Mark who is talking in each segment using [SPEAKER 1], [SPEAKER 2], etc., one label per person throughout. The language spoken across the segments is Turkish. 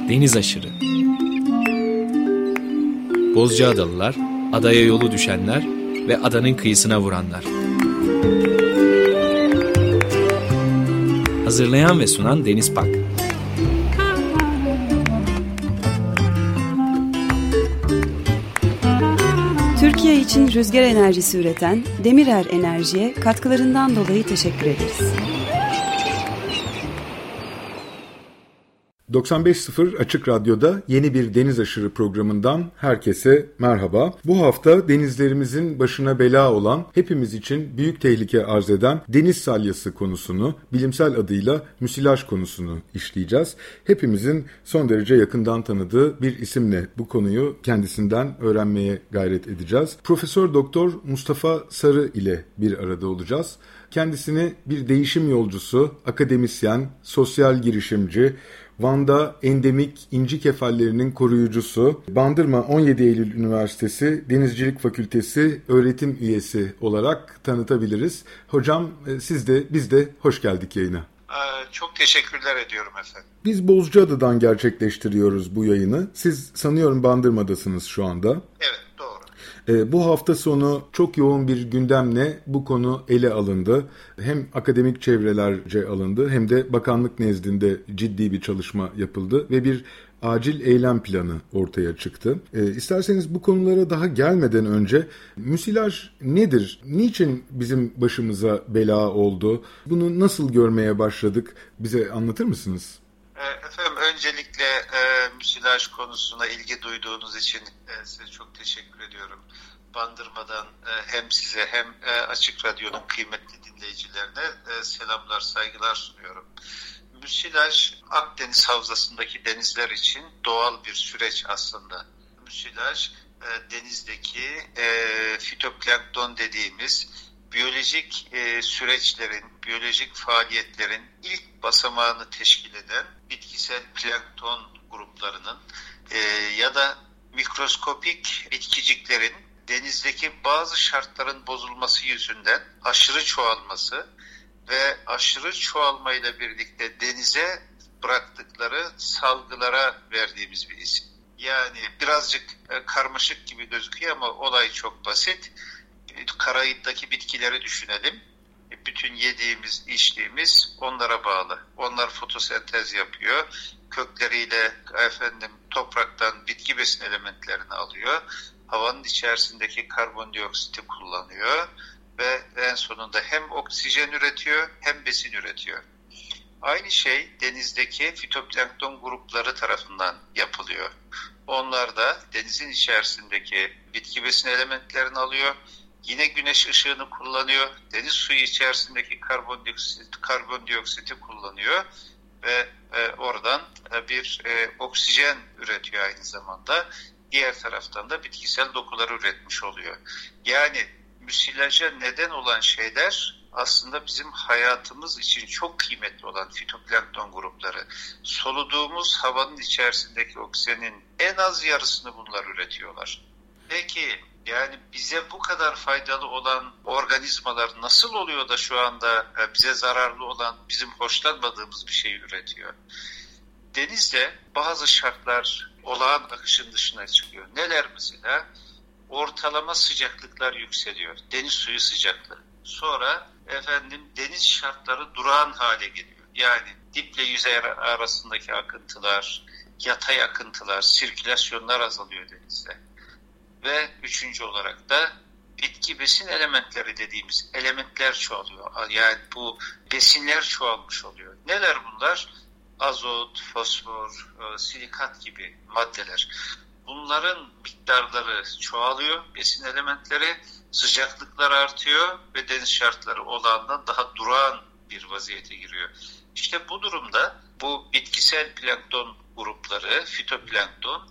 [SPEAKER 1] Deniz aşırı. Bozcaadalılar, adaya yolu düşenler ve adanın kıyısına vuranlar. Hazırlayan ve sunan Deniz Pak.
[SPEAKER 2] Türkiye için rüzgar enerjisi üreten Demirer Enerji'ye katkılarından dolayı teşekkür ederiz.
[SPEAKER 3] 95.0 Açık Radyo'da yeni bir Deniz Aşırı programından herkese merhaba. Bu hafta denizlerimizin başına bela olan, hepimiz için büyük tehlike arz eden deniz salyası konusunu, bilimsel adıyla müsilaj konusunu işleyeceğiz. Hepimizin son derece yakından tanıdığı bir isimle bu konuyu kendisinden öğrenmeye gayret edeceğiz. Profesör Doktor Mustafa Sarı ile bir arada olacağız. Kendisini bir değişim yolcusu, akademisyen, sosyal girişimci, Van'da endemik inci kefallerinin koruyucusu, Bandırma 17 Eylül Üniversitesi Denizcilik Fakültesi öğretim üyesi olarak tanıtabiliriz. Hocam biz de hoş geldik yayına.
[SPEAKER 4] Çok teşekkürler ediyorum efendim.
[SPEAKER 3] Biz Bozcaada'dan gerçekleştiriyoruz bu yayını. Siz sanıyorum Bandırma'dasınız şu anda.
[SPEAKER 4] Evet, doğru.
[SPEAKER 3] Bu hafta sonu çok yoğun bir gündemle bu konu ele alındı. Hem akademik çevrelerce alındı hem de bakanlık nezdinde ciddi bir çalışma yapıldı ve bir acil eylem planı ortaya çıktı. İsterseniz bu konulara daha gelmeden önce müsilaj nedir? Niçin bizim başımıza bela oldu? Bunu nasıl görmeye başladık? Bize anlatır mısınız?
[SPEAKER 4] Efendim öncelikle müsilaj konusuna ilgi duyduğunuz için size çok teşekkür ediyorum. Bandırma'dan hem size hem Açık Radyo'nun kıymetli dinleyicilerine selamlar, saygılar sunuyorum. Müsilaj Akdeniz Havzası'ndaki denizler için doğal bir süreç aslında. Müsilaj denizdeki fitoplankton dediğimiz biyolojik süreçlerin, biyolojik faaliyetlerin ilk basamağını teşkil eden bitkisel plankton gruplarının ya da mikroskopik bitkiciklerin denizdeki bazı şartların bozulması yüzünden aşırı çoğalması ve aşırı çoğalmayla birlikte denize bıraktıkları salgılara verdiğimiz bir isim. Yani birazcık karmaşık gibi gözüküyor ama olay çok basit. Karayiptaki bitkileri düşünelim. Bütün yediğimiz, içtiğimiz onlara bağlı. Onlar fotosentez yapıyor. Kökleriyle topraktan bitki besin elementlerini alıyor. Havanın içerisindeki karbondioksiti kullanıyor ve en sonunda hem oksijen üretiyor hem besin üretiyor. Aynı şey denizdeki fitoplankton grupları tarafından yapılıyor. Onlar da denizin içerisindeki bitki besin elementlerini alıyor. Yine güneş ışığını kullanıyor. Deniz suyu içerisindeki karbondioksiti kullanıyor ve oradan bir oksijen üretiyor aynı zamanda. Diğer taraftan da bitkisel dokuları üretmiş oluyor. Yani müsilaja neden olan şeyler aslında bizim hayatımız için çok kıymetli olan fitoplankton grupları. Soluduğumuz havanın içerisindeki oksijenin en az yarısını bunlar üretiyorlar. Peki yani bize bu kadar faydalı olan organizmalar nasıl oluyor da şu anda bize zararlı olan, bizim hoşlanmadığımız bir şey üretiyor? Denizde bazı şartlar olağan akışın dışına çıkıyor. Neler mesela? Ortalama sıcaklıklar yükseliyor. Deniz suyu sıcaklığı. Sonra deniz şartları durağan hale geliyor. Yani diple yüzey arasındaki akıntılar, yatay akıntılar, sirkülasyonlar azalıyor denizde. Ve üçüncü olarak da bitki besin elementleri dediğimiz elementler çoğalıyor. Yani bu besinler çoğalmış oluyor. Neler bunlar? Azot, fosfor, silikat gibi maddeler. Bunların miktarları çoğalıyor, besin elementleri, sıcaklıklar artıyor ve deniz şartları olağandan daha durağan bir vaziyete giriyor. İşte bu durumda bu bitkisel plankton grupları, fitoplankton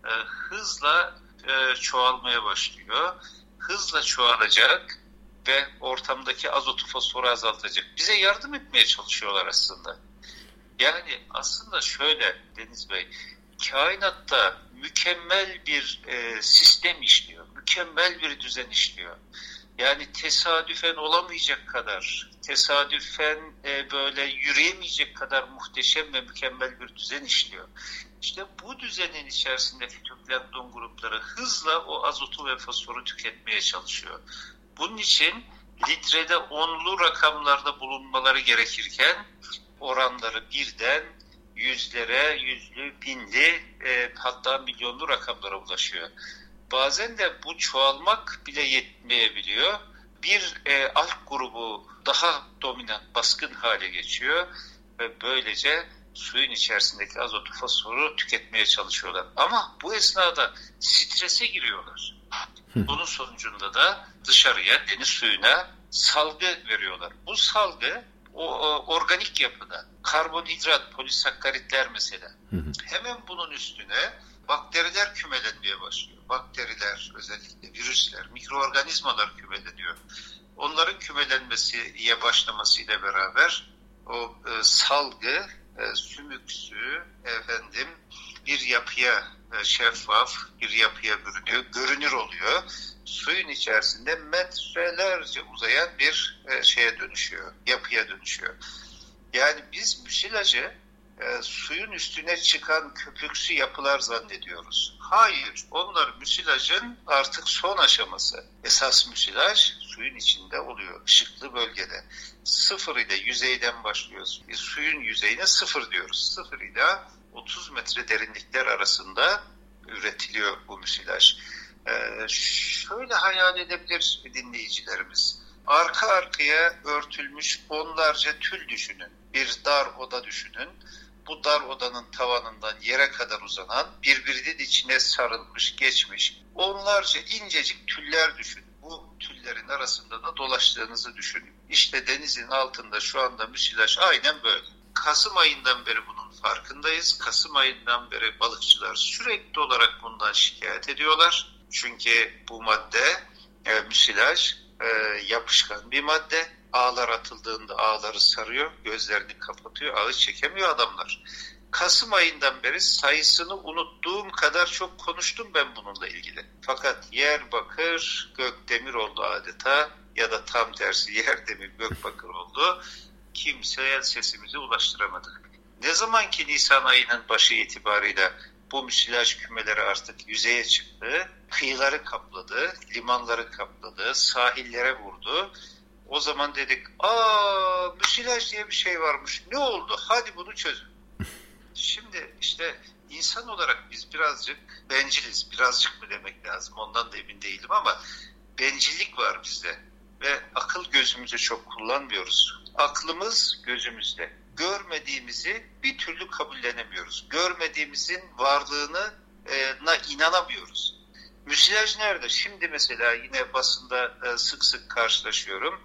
[SPEAKER 4] hızla çoğalmaya başlıyor. Hızla çoğalacak ve ortamdaki azotu, fosforu azaltacak. Bize yardım etmeye çalışıyorlar aslında. Yani aslında şöyle Deniz Bey, kainatta mükemmel bir sistem işliyor. Mükemmel bir düzen işliyor. Yani tesadüfen olamayacak kadar, tesadüfen böyle yürüyemeyecek kadar muhteşem ve mükemmel bir düzen işliyor. İşte bu düzenin içerisinde fitoplankton grupları hızla o azotu ve fosforu tüketmeye çalışıyor. Bunun için litrede 10'lu rakamlarda bulunmaları gerekirken oranları birden yüzlere, yüzlü, binli hatta milyonlu rakamlara ulaşıyor. Bazen de bu çoğalmak bile yetmeyebiliyor. Bir alg grubu daha dominant, baskın hale geçiyor ve böylece suyun içerisindeki azotu, fosforu tüketmeye çalışıyorlar. Ama bu esnada strese giriyorlar. Bunun sonucunda da dışarıya, deniz suyuna salgı veriyorlar. Bu salgı organik yapıda, karbonhidrat, polisakkaritler mesela. Hemen bunun üstüne bakteriler kümelenmeye başlıyor. Bakteriler, özellikle virüsler, mikroorganizmalar kümeleniyor. Onların kümelenmesiye başlamasıyla beraber o salgı sümüksü bir yapıya şeffaf bir yapıya bürünüyor, görünür oluyor. Suyun içerisinde metrelerce uzayan bir yapıya dönüşüyor. Yani biz müsilajı suyun üstüne çıkan köpüksü yapılar zannediyoruz. Hayır, onlar müsilajın artık son aşaması. Esas müsilaj suyun içinde oluyor, ışıklı bölgede. 0 ile yüzeyden başlıyoruz. Suyun yüzeyine 0 diyoruz. 0 ile 30 metre derinlikler arasında üretiliyor bu müsilaj. Şöyle hayal edebilir dinleyicilerimiz. Arka arkaya örtülmüş onlarca tül düşünün. Bir dar oda düşünün. Bu dar odanın tavanından yere kadar uzanan, birbirinin içine sarılmış, geçmiş onlarca incecik tüller düşünün. Bu tüllerin arasında da dolaştığınızı düşünün. İşte denizin altında şu anda müsilaj aynen böyle. Kasım ayından beri bunun farkındayız. Kasım ayından beri balıkçılar sürekli olarak bundan şikayet ediyorlar. Çünkü bu madde, müsilaj, yapışkan bir madde. Ağlar atıldığında ağları sarıyor, gözlerini kapatıyor, ağı çekemiyor adamlar. Kasım ayından beri sayısını unuttuğum kadar çok konuştum ben bununla ilgili. Fakat yer bakır, gök demir oldu adeta, ya da tam tersi yer demir, gök bakır oldu. Kimseye sesimizi ulaştıramadık. Ne zaman ki Nisan ayının başı itibariyle bu müsilaj kümeleri artık yüzeye çıktı, kıyıları kapladı, limanları kapladı, sahillere vurdu. O zaman dedik, müsilaj diye bir şey varmış. Ne oldu? Hadi bunu çözün. Şimdi işte insan olarak biz birazcık benciliz. Birazcık mı demek lazım? Ondan da emin değilim ama bencillik var bizde. Ve akıl gözümüzü çok kullanmıyoruz. Aklımız gözümüzde. Görmediğimizi bir türlü kabullenemiyoruz. Görmediğimizin varlığına inanamıyoruz. Müsilaj nerede? Şimdi mesela yine basında sık sık karşılaşıyorum.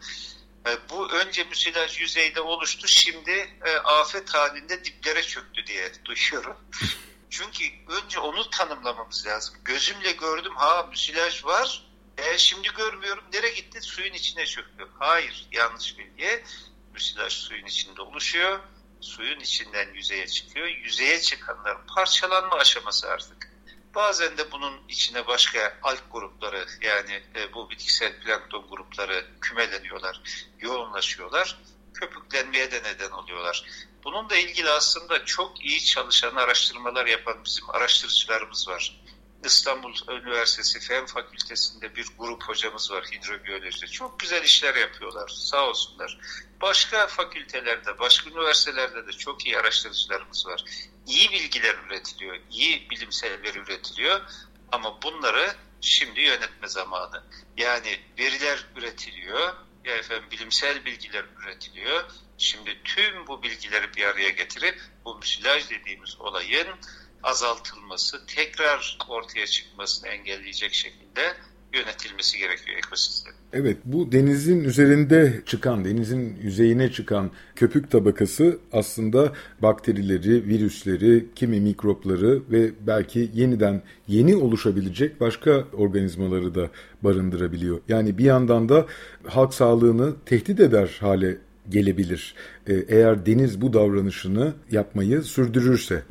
[SPEAKER 4] Bu önce müsilaj yüzeyde oluştu, şimdi afet halinde diplere çöktü diye duyuyorum. Çünkü önce onu tanımlamamız lazım. Gözümle gördüm, müsilaj var. Şimdi görmüyorum. Nereye gitti? Suyun içine çöktü. Hayır, yanlış bilgi. Müsilaj suyun içinde oluşuyor. Suyun içinden yüzeye çıkıyor. Yüzeye çıkanlar parçalanma aşaması artık. Bazen de bunun içine başka alg grupları, yani bu bitkisel plankton grupları kümeleniyorlar, yoğunlaşıyorlar. Köpüklenmeye de neden oluyorlar. Bununla ilgili aslında çok iyi çalışan, araştırmalar yapan bizim araştırıcılarımız var. İstanbul Üniversitesi Fen Fakültesi'nde bir grup hocamız var hidrobiyolojide. Çok güzel işler yapıyorlar, sağ olsunlar. Başka fakültelerde, başka üniversitelerde de çok iyi araştırıcılarımız var. İyi bilgiler üretiliyor, iyi bilimsel veri üretiliyor ama bunları şimdi yönetme zamanı. Yani veriler üretiliyor, bilimsel bilgiler üretiliyor. Şimdi tüm bu bilgileri bir araya getirip bu müsilaj dediğimiz olayın azaltılması, tekrar ortaya çıkmasını engelleyecek şekilde yönetilmesi gerekiyor ekosistem.
[SPEAKER 3] Evet, bu denizin üzerinde çıkan, denizin yüzeyine çıkan köpük tabakası aslında bakterileri, virüsleri, kimi mikropları ve belki yeni oluşabilecek başka organizmaları da barındırabiliyor. Yani bir yandan da halk sağlığını tehdit eder hale gelebilir. Eğer deniz bu davranışını yapmayı sürdürürse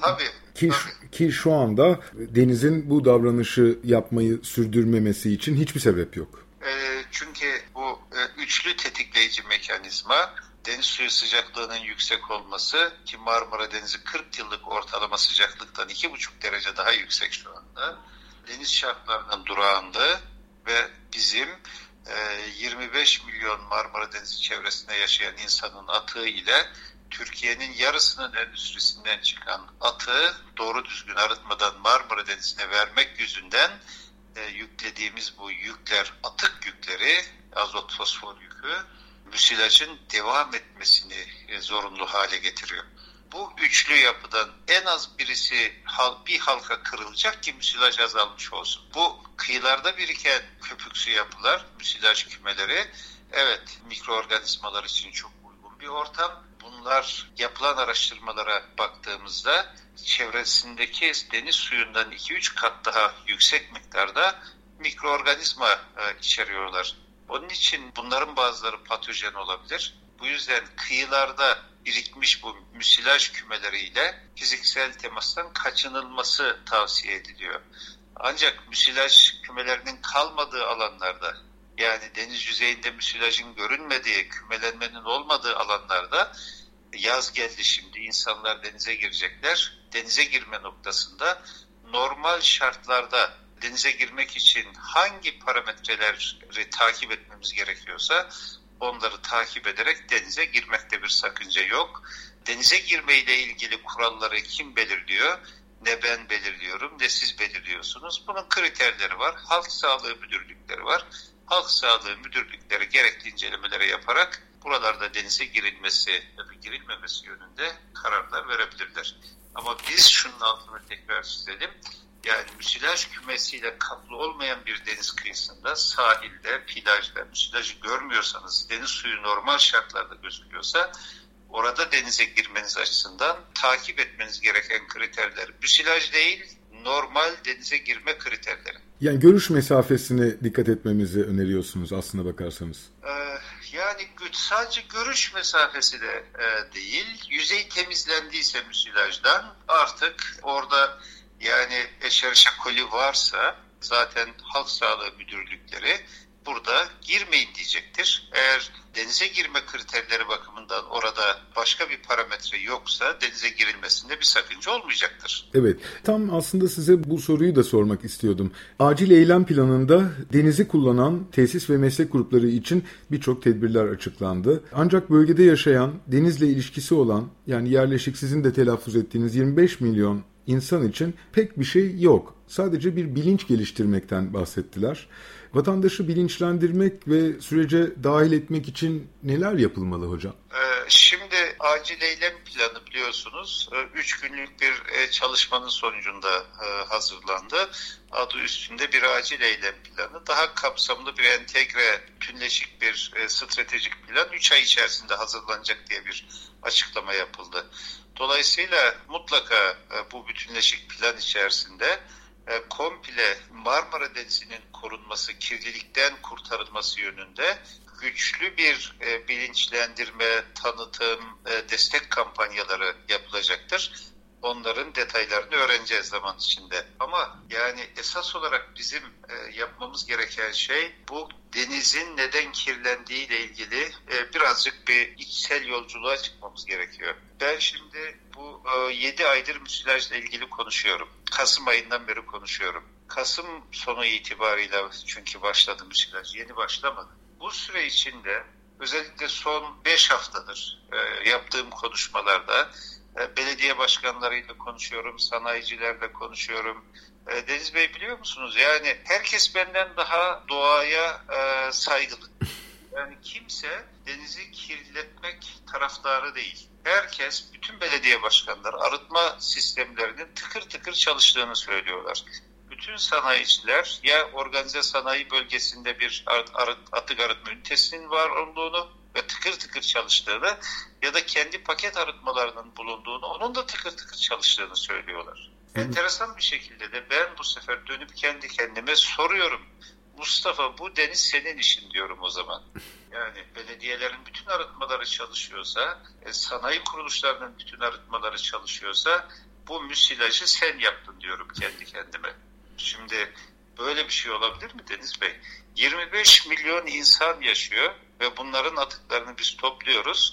[SPEAKER 3] ki şu anda denizin bu davranışı yapmayı sürdürmemesi için hiçbir sebep yok.
[SPEAKER 4] Çünkü bu üçlü tetikleyici mekanizma deniz suyu sıcaklığının yüksek olması, ki Marmara Denizi 40 yıllık ortalama sıcaklıktan 2,5 derece daha yüksek şu anda. Deniz şartlarının durağanlığı ve bizim 25 milyon Marmara Denizi çevresinde yaşayan insanın atığı ile Türkiye'nin yarısının endüstrisinden çıkan atığı doğru düzgün arıtmadan Marmara Denizi'ne vermek yüzünden yüklediğimiz bu yükler, atık yükleri, azot fosfor yükü, müsilajın devam etmesini zorunlu hale getiriyor. Bu üçlü yapıdan en az birisi bir halka kırılacak ki müsilaj azalmış olsun. Bu kıyılarda biriken köpüksü yapılar, müsilaj kümeleri, evet mikroorganizmalar için çok uygun bir ortam. Bunlar yapılan araştırmalara baktığımızda çevresindeki deniz suyundan 2-3 kat daha yüksek miktarda mikroorganizma içeriyorlar. Onun için bunların bazıları patojen olabilir. Bu yüzden kıyılarda birikmiş bu müsilaj kümeleriyle fiziksel temastan kaçınılması tavsiye ediliyor. Ancak müsilaj kümelerinin kalmadığı alanlarda, yani deniz yüzeyinde müsilajın görünmediği, kümelenmenin olmadığı alanlarda yaz geldi şimdi, insanlar denize girecekler. Denize girme noktasında normal şartlarda denize girmek için hangi parametreleri takip etmemiz gerekiyorsa onları takip ederek denize girmekte bir sakınca yok. Denize girmeyle ilgili kuralları kim belirliyor? Ne ben belirliyorum, ne siz belirliyorsunuz. Bunun kriterleri var. Halk sağlığı müdürlükleri var. Halk sağlığı müdürlükleri gerekli incelemeleri yaparak buralarda denize girilmesi ya da girilmemesi yönünde kararlar verebilirler. Ama biz şunun altını tekrar çizelim. Yani müsilaj kümesiyle kaplı olmayan bir deniz kıyısında, sahilde, plajda müsilajı görmüyorsanız, deniz suyu normal şartlarda gözüküyorsa, orada denize girmeniz açısından takip etmeniz gereken kriterler müsilaj değil, normal denize girme kriterleri.
[SPEAKER 3] Yani görüş mesafesine dikkat etmemizi öneriyorsunuz aslına bakarsanız.
[SPEAKER 4] Yani sadece görüş mesafesi de değil, yüzey temizlendiyse müsilajdan artık orada, yani eşerişe koli varsa zaten halk sağlığı müdürlükleri burada girmeyin diyecektir. Eğer denize girme kriterleri bakımından orada başka bir parametre yoksa denize girilmesinde bir sakınca olmayacaktır.
[SPEAKER 3] Evet, tam aslında size bu soruyu da sormak istiyordum. Acil eylem planında denizi kullanan tesis ve meslek grupları için birçok tedbirler açıklandı. Ancak bölgede yaşayan, denizle ilişkisi olan, yani yerleşik sizin de telaffuz ettiğiniz 25 milyon insan için pek bir şey yok. Sadece bir bilinç geliştirmekten bahsettiler. Vatandaşı bilinçlendirmek ve sürece dahil etmek için neler yapılmalı hocam?
[SPEAKER 4] Şimdi acil eylem planı biliyorsunuz 3 günlük bir çalışmanın sonucunda hazırlandı. Adı üstünde bir acil eylem planı. Daha kapsamlı bir entegre, bütünleşik bir stratejik plan 3 ay içerisinde hazırlanacak diye bir açıklama yapıldı. Dolayısıyla mutlaka bu bütünleşik plan içerisinde komple Marmara Denizi'nin korunması, kirlilikten kurtarılması yönünde güçlü bir bilinçlendirme, tanıtım, destek kampanyaları yapılacaktır. Onların detaylarını öğreneceğiz zaman içinde. Ama yani esas olarak bizim yapmamız gereken şey bu denizin neden kirlendiği ile ilgili birazcık bir içsel yolculuğa çıkmamız gerekiyor. Ben şimdi bu 7 aydır müsilajla ilgili konuşuyorum. Kasım ayından beri konuşuyorum. Kasım sonu itibarıyla çünkü başladı müsilaj, yeni başlamadı. Bu süre içinde özellikle son 5 haftadır yaptığım konuşmalarda belediye başkanlarıyla konuşuyorum, sanayicilerle konuşuyorum. Deniz Bey biliyor musunuz? Yani herkes benden daha doğaya saygılı. Yani kimse denizi kirletmek taraftarı değil. Herkes, bütün belediye başkanları arıtma sistemlerinin tıkır tıkır çalıştığını söylüyorlar. Bütün sanayiciler ya organize sanayi bölgesinde bir atık arıtma ünitesinin var olduğunu ve tıkır tıkır çalıştığını ya da kendi paket arıtmalarının bulunduğunu, onun da tıkır tıkır çalıştığını söylüyorlar. Enteresan bir şekilde de ben bu sefer dönüp kendi kendime soruyorum. Mustafa, bu deniz senin işin diyorum o zaman. Yani belediyelerin bütün arıtmaları çalışıyorsa, sanayi kuruluşlarının bütün arıtmaları çalışıyorsa bu müsilajı sen yaptın diyorum kendi kendime. Şimdi böyle bir şey olabilir mi Deniz Bey? 25 milyon insan yaşıyor ve bunların atıklarını biz topluyoruz.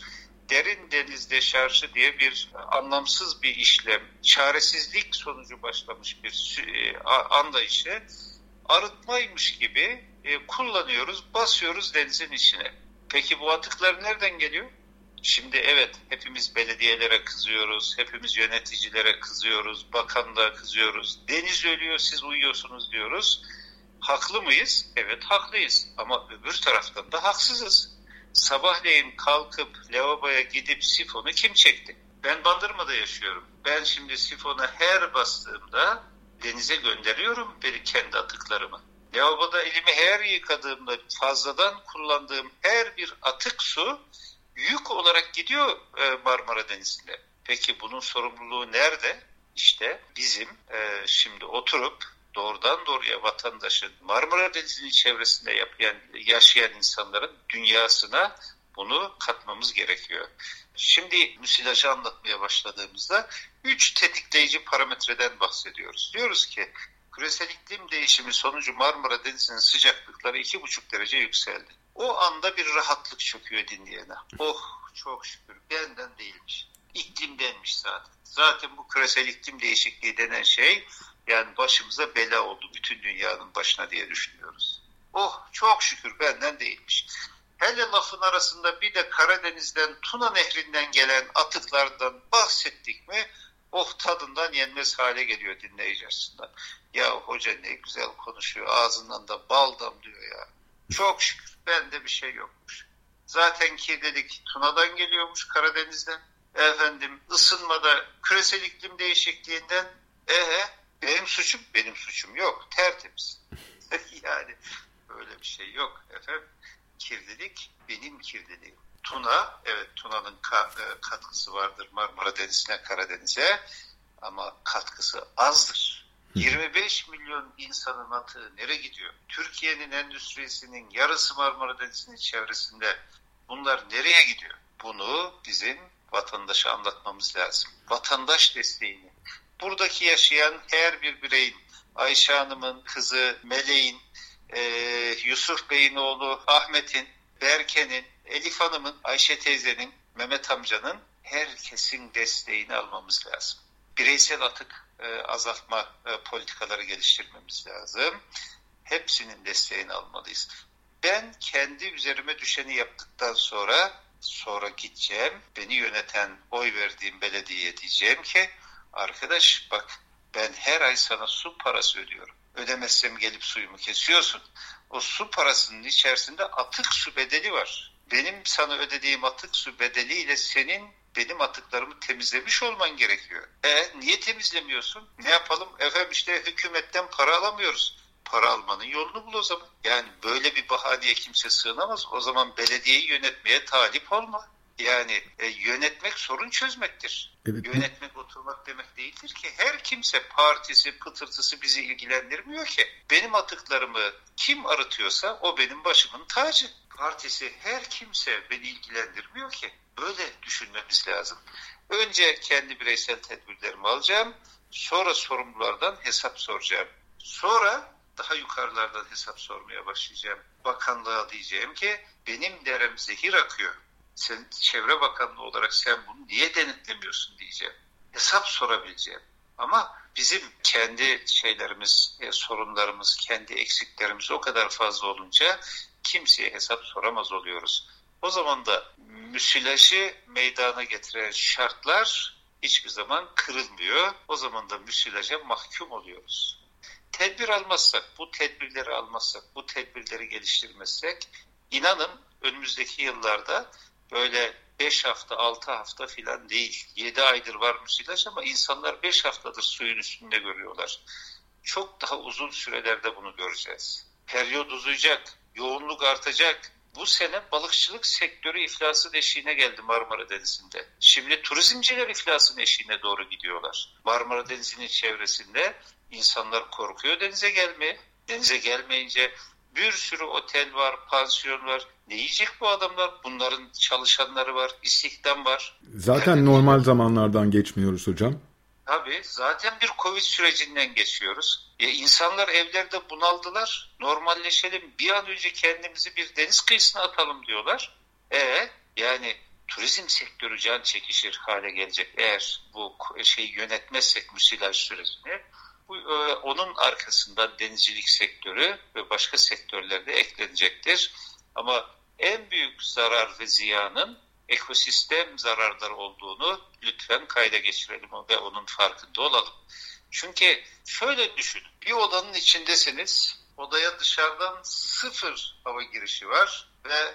[SPEAKER 4] derin deniz deşarjı diye bir anlamsız bir işlem, çaresizlik sonucu başlamış bir anlayışı arıtmaymış gibi kullanıyoruz, basıyoruz denizin içine. Peki bu atıklar nereden geliyor? Şimdi evet, hepimiz belediyelere kızıyoruz, hepimiz yöneticilere kızıyoruz, bakanlığa kızıyoruz. Deniz ölüyor, siz uyuyorsunuz diyoruz. Haklı mıyız? Evet, haklıyız. Ama öbür taraftan da haksızız. Sabahleyin kalkıp lavaboya gidip sifonu kim çekti? Ben Bandırma'da yaşıyorum. Ben şimdi sifonu her bastığımda denize gönderiyorum kendi atıklarımı. Lavaboda elimi her yıkadığımda fazladan kullandığım her bir atık su yük olarak gidiyor Marmara Denizi'nde. Peki bunun sorumluluğu nerede? İşte bizim şimdi oturup doğrudan doğruya vatandaşın, Marmara Denizi'nin çevresinde yaşayan insanların dünyasına bunu katmamız gerekiyor. Şimdi müsilajı anlatmaya başladığımızda 3 tetikleyici parametreden bahsediyoruz. Diyoruz ki küresel iklim değişimi sonucu Marmara Denizi'nin sıcaklıkları 2,5 derece yükseldi. O anda bir rahatlık çöküyor dinleyene. Oh çok şükür, benden değilmiş. İklimdenmiş zaten. Zaten bu küresel iklim değişikliği denen şey yani başımıza bela oldu, bütün dünyanın başına diye düşünüyoruz. Oh çok şükür benden değilmiş. Hele lafın arasında bir de Karadeniz'den, Tuna Nehri'nden gelen atıklardan bahsettik mi, oh tadından yenmez hale geliyor dinleyici açısından. Ya hoca ne güzel konuşuyor, ağzından da bal damlıyor ya. Çok şükür bende bir şey yokmuş. Zaten kirlilik Tuna'dan geliyormuş, Karadeniz'den. Efendim ısınmada küresel iklim değişikliğinden. Benim suçum yok, tertemiz. Yani böyle bir şey yok efendim. Kirlilik benim kirliliğim. Tuna, evet Tuna'nın katkısı vardır Marmara Denizi'ne, Karadeniz'e ama katkısı azdır. 25 milyon insanın atığı nereye gidiyor? Türkiye'nin endüstrisinin yarısı Marmara Denizi'nin çevresinde. Bunlar nereye gidiyor? Bunu bizim vatandaşa anlatmamız lazım. Vatandaş desteğini. Buradaki yaşayan her bir bireyin, Ayşe Hanım'ın kızı Meleğin, Yusuf Bey'in oğlu Ahmet'in, Berke'nin, Elif Hanım'ın, Ayşe teyzenin, Mehmet amcanın herkesin desteğini almamız lazım. Bireysel atık azaltma politikaları geliştirmemiz lazım. Hepsinin desteğini almalıyız. Ben kendi üzerime düşeni yaptıktan sonra gideceğim. Beni yöneten, oy verdiğim belediyeye diyeceğim ki arkadaş bak ben her ay sana su parası ödüyorum. Ödemezsem gelip suyumu kesiyorsun. O su parasının içerisinde atık su bedeli var. Benim sana ödediğim atık su bedeliyle senin benim atıklarımı temizlemiş olman gerekiyor. Niye temizlemiyorsun? Ne yapalım? Efendim işte hükümetten para alamıyoruz. Para almanın yolunu bul o zaman. Yani böyle bir bahaneye kimse sığınamaz. O zaman belediyeyi yönetmeye talip olma. Yani yönetmek sorun çözmektir. Evet. Yönetmek oturmak demek değildir ki. Her kimse partisi, pıtırtısı bizi ilgilendirmiyor ki. Benim atıklarımı kim arıtıyorsa o benim başımın tacı. Partisi her kimse beni ilgilendirmiyor ki. Böyle düşünmemiz lazım. Önce kendi bireysel tedbirlerimi alacağım. Sonra sorumlulardan hesap soracağım. Sonra daha yukarılardan hesap sormaya başlayacağım. Bakanlığa diyeceğim ki benim derem zehir akıyor. Sen Çevre Bakanlığı olarak sen bunu niye denetlemiyorsun diyeceğim. Hesap sorabileceğim. Ama bizim kendi sorunlarımız, kendi eksiklerimiz o kadar fazla olunca kimseye hesap soramaz oluyoruz. O zaman da müsilajı meydana getiren şartlar hiçbir zaman kırılmıyor. O zaman da müsilaja mahkum oluyoruz. Tedbir almazsak, bu tedbirleri geliştirmezsek inanın önümüzdeki yıllarda böyle 5 hafta, 6 hafta filan değil. 7 aydır var müsilaj ama insanlar 5 haftadır suyun üstünde görüyorlar. Çok daha uzun sürelerde bunu göreceğiz. Periyot uzayacak, yoğunluk artacak. Bu sene balıkçılık sektörü iflasın eşiğine geldi Marmara Denizi'nde. Şimdi turizmciler iflasın eşiğine doğru gidiyorlar. Marmara Denizi'nin çevresinde insanlar korkuyor denize gelmeye. Denize gelmeyince bir sürü otel var, pansiyon var. Ne yiyecek bu adamlar? Bunların çalışanları var, istihdam var.
[SPEAKER 3] Zaten normal zamanlardan geçmiyoruz hocam.
[SPEAKER 4] Tabii zaten bir Covid sürecinden geçiyoruz. İnsanlar evlerde bunaldılar. Normalleşelim, bir an önce kendimizi bir deniz kıyısına atalım diyorlar. Yani turizm sektörü can çekişir hale gelecek eğer bu şeyi yönetmezsek müsilaj sürecini. Onun arkasından denizcilik sektörü ve başka sektörler de eklenecektir. Ama en büyük zarar ve ziyanın ekosistem zararları olduğunu lütfen kayda geçirelim ve onun farkında olalım. Çünkü şöyle düşünün, bir odanın içindesiniz, odaya dışarıdan 0 hava girişi var ve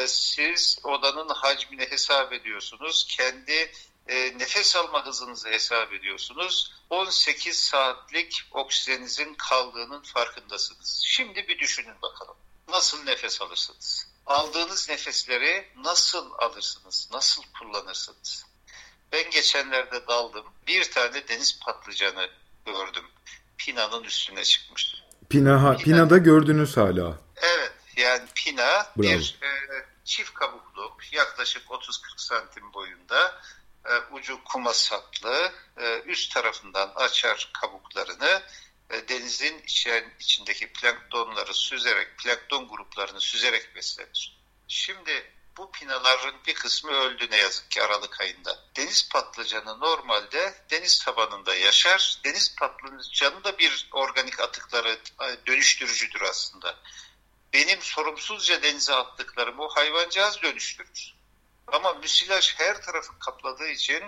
[SPEAKER 4] siz odanın hacmini hesap ediyorsunuz, kendi nefes alma hızınızı hesap ediyorsunuz, 18 saatlik oksijeninizin kaldığının farkındasınız. Şimdi bir düşünün bakalım, nasıl nefes alırsınız? Aldığınız nefesleri nasıl alırsınız, nasıl kullanırsınız? Ben geçenlerde daldım, bir tane deniz patlıcanı gördüm. Pina'nın üstüne çıkmıştı.
[SPEAKER 3] Pina'da gördünüz hala.
[SPEAKER 4] Evet, yani Pina
[SPEAKER 3] Bravo.
[SPEAKER 4] bir çift kabuklu, yaklaşık 30-40 santim boyunda, ucu kuma saplı, üst tarafından açar kabuklarını, denizin içindeki planktonları süzerek, plankton gruplarını süzerek beslenir. Şimdi bu pinaların bir kısmı öldü ne yazık ki Aralık ayında. Deniz patlıcanı normalde deniz tabanında yaşar. Deniz patlıcanı da bir organik atıkları dönüştürücüdür aslında. Benim sorumsuzca denize attıklarımı o hayvancağız dönüştürür. Ama müsilaj her tarafı kapladığı için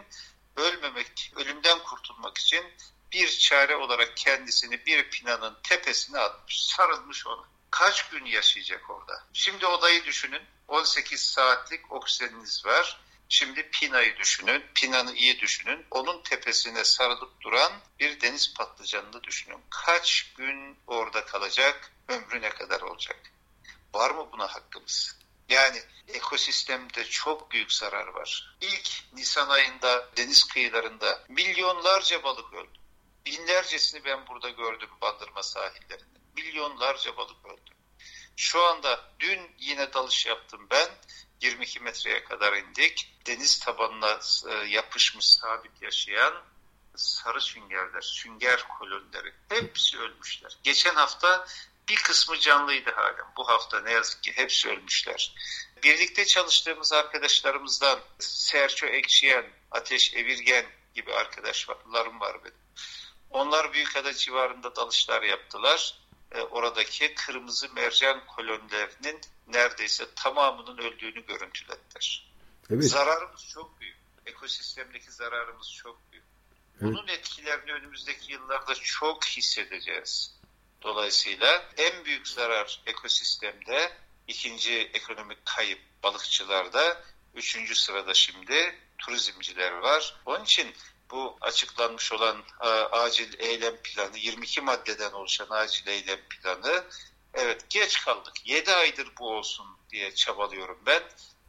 [SPEAKER 4] ölümden kurtulmak için bir çare olarak kendisini bir pinanın tepesine atmış, sarılmış ona. Kaç gün yaşayacak orada? Şimdi odayı düşünün. 18 saatlik oksijeniniz var. Şimdi Pina'yı düşünün. Pina'nı iyi düşünün. Onun tepesine sarılıp duran bir deniz patlıcanını düşünün. Kaç gün orada kalacak? Ömrü ne kadar olacak? Var mı buna hakkımız? Yani ekosistemde çok büyük zarar var. İlk Nisan ayında deniz kıyılarında milyonlarca balık öldü. Binlercesini ben burada gördüm Bandırma sahillerinde. Milyonlarca balık öldü. Şu anda dün yine dalış yaptım ben. 22 metreye kadar indik. Deniz tabanına yapışmış sabit yaşayan sarı süngerler, sünger kolonileri hepsi ölmüşler. Geçen hafta bir kısmı canlıydı halen. Bu hafta ne yazık ki hepsi ölmüşler. Birlikte çalıştığımız arkadaşlarımızdan Serço Ekşiyen, Ateş Evirgen gibi arkadaşlarım var benim. Onlar Büyükada civarında dalışlar yaptılar. Oradaki kırmızı mercan kolonilerinin neredeyse tamamının öldüğünü görüntülediler. Evet. Zararımız çok büyük. Ekosistemdeki zararımız çok büyük. Bunun etkilerini önümüzdeki yıllarda çok hissedeceğiz. Dolayısıyla en büyük zarar ekosistemde, ikinci ekonomik kayıp balıkçılarda, üçüncü sırada şimdi turizmciler var. Onun için bu açıklanmış olan acil eylem planı, 22 maddeden oluşan acil eylem planı, evet geç kaldık. 7 aydır bu olsun diye çabalıyorum ben.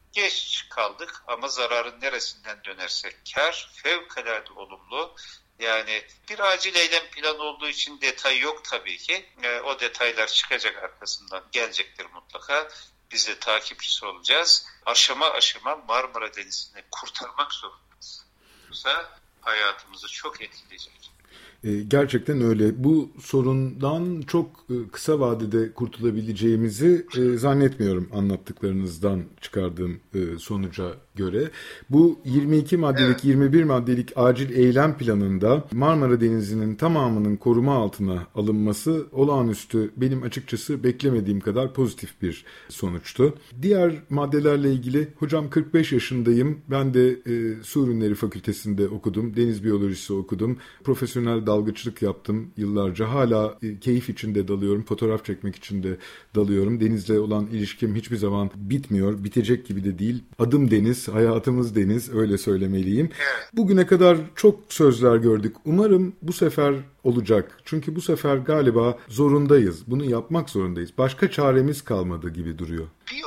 [SPEAKER 4] Geç kaldık ama zararın neresinden dönersek kar, fevkalade olumlu. Yani bir acil eylem planı olduğu için detay yok tabii ki. O detaylar çıkacak arkasından, gelecektir mutlaka. Biz de takipçisi olacağız. Aşama aşama Marmara Denizi'ni kurtarmak zorundayız. Yoksa hayatımızı çok etkileyecek.
[SPEAKER 3] Gerçekten öyle. Bu sorundan çok kısa vadede kurtulabileceğimizi zannetmiyorum anlattıklarınızdan çıkardığım sonuca göre. Bu 22 maddelik, evet. 21 maddelik acil eylem planında Marmara Denizi'nin tamamının koruma altına alınması olağanüstü, benim açıkçası beklemediğim kadar pozitif bir sonuçtu. Diğer maddelerle ilgili, hocam 45 yaşındayım. Ben de Su Ürünleri Fakültesi'nde okudum. Deniz biyolojisi okudum. Profesyonel dalgıçlık yaptım yıllarca. Hala keyif içinde dalıyorum. Fotoğraf çekmek için de dalıyorum. Denizle olan ilişkim hiçbir zaman bitmiyor. Bitecek gibi de değil. Adım deniz, hayatımız deniz, öyle söylemeliyim. Bugüne kadar çok sözler gördük. Umarım bu sefer olacak. Çünkü bu sefer galiba zorundayız. Bunu yapmak zorundayız. Başka çaremiz kalmadı gibi duruyor.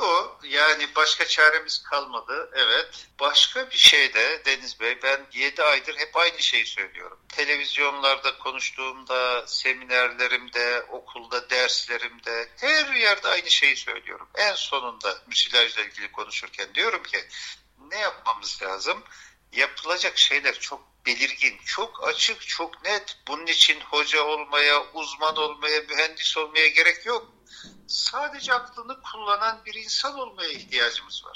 [SPEAKER 4] Yani başka çaremiz kalmadı, evet. Başka bir şey de Deniz Bey, ben 7 aydır hep aynı şeyi söylüyorum. Televizyonlarda konuştuğumda, seminerlerimde, okulda, derslerimde, her yerde aynı şeyi söylüyorum. En sonunda müsilajla ilgili konuşurken diyorum ki, ne yapmamız lazım? Yapılacak şeyler çok belirgin, çok açık, çok net. Bunun için hoca olmaya, uzman olmaya, mühendis olmaya gerek yok. Sadece aklını kullanan bir insan olmaya ihtiyacımız var.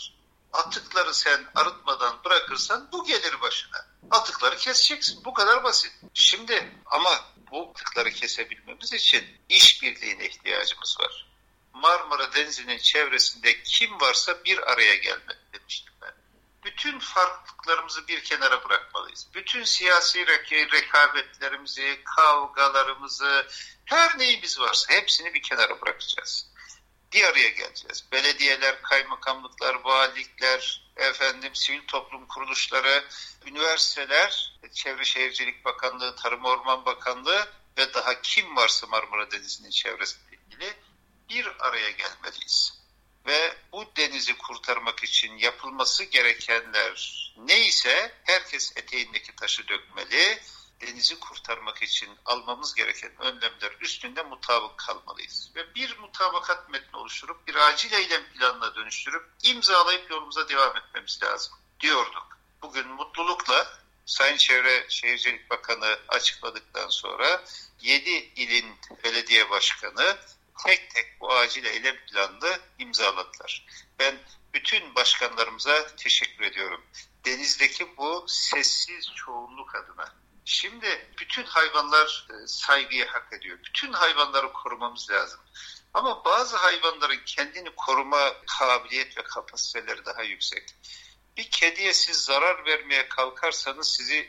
[SPEAKER 4] Atıkları sen arıtmadan bırakırsan bu gelir başına. Atıkları keseceksin. Bu kadar basit. Şimdi ama bu atıkları kesebilmemiz için işbirliğine ihtiyacımız var. Marmara Denizi'nin çevresinde kim varsa bir araya gelmeli demiştim ben. Bütün farklılıklarımızı bir kenara bırakmalıyız. Bütün siyasi rekabetlerimizi, kavgalarımızı, her neyimiz varsa hepsini bir kenara bırakacağız. Bir araya geleceğiz. Belediyeler, kaymakamlıklar, valilikler, sivil toplum kuruluşları, üniversiteler, Çevre Şehircilik Bakanlığı, Tarım Orman Bakanlığı ve daha kim varsa Marmara Denizi'nin çevresiyle ilgili bir araya gelmeliyiz. Ve bu denizi kurtarmak için yapılması gerekenler neyse herkes eteğindeki taşı dökmeli. Denizi kurtarmak için almamız gereken önlemler üstünde mutabık kalmalıyız. Ve bir mutabakat metni oluşturup bir acil eylem planına dönüştürüp imzalayıp yolumuza devam etmemiz lazım diyorduk. Bugün mutlulukla Sayın Çevre Şehircilik Bakanı açıkladıktan sonra 7 ilin belediye başkanı tek tek bu acil eylem planını imzaladılar. Ben bütün başkanlarımıza teşekkür ediyorum. Denizdeki bu sessiz çoğunluk adına. Şimdi bütün hayvanlar saygıyı hak ediyor. Bütün hayvanları korumamız lazım. Ama bazı hayvanların kendini koruma kabiliyet ve kapasiteleri daha yüksek. Bir kediye siz zarar vermeye kalkarsanız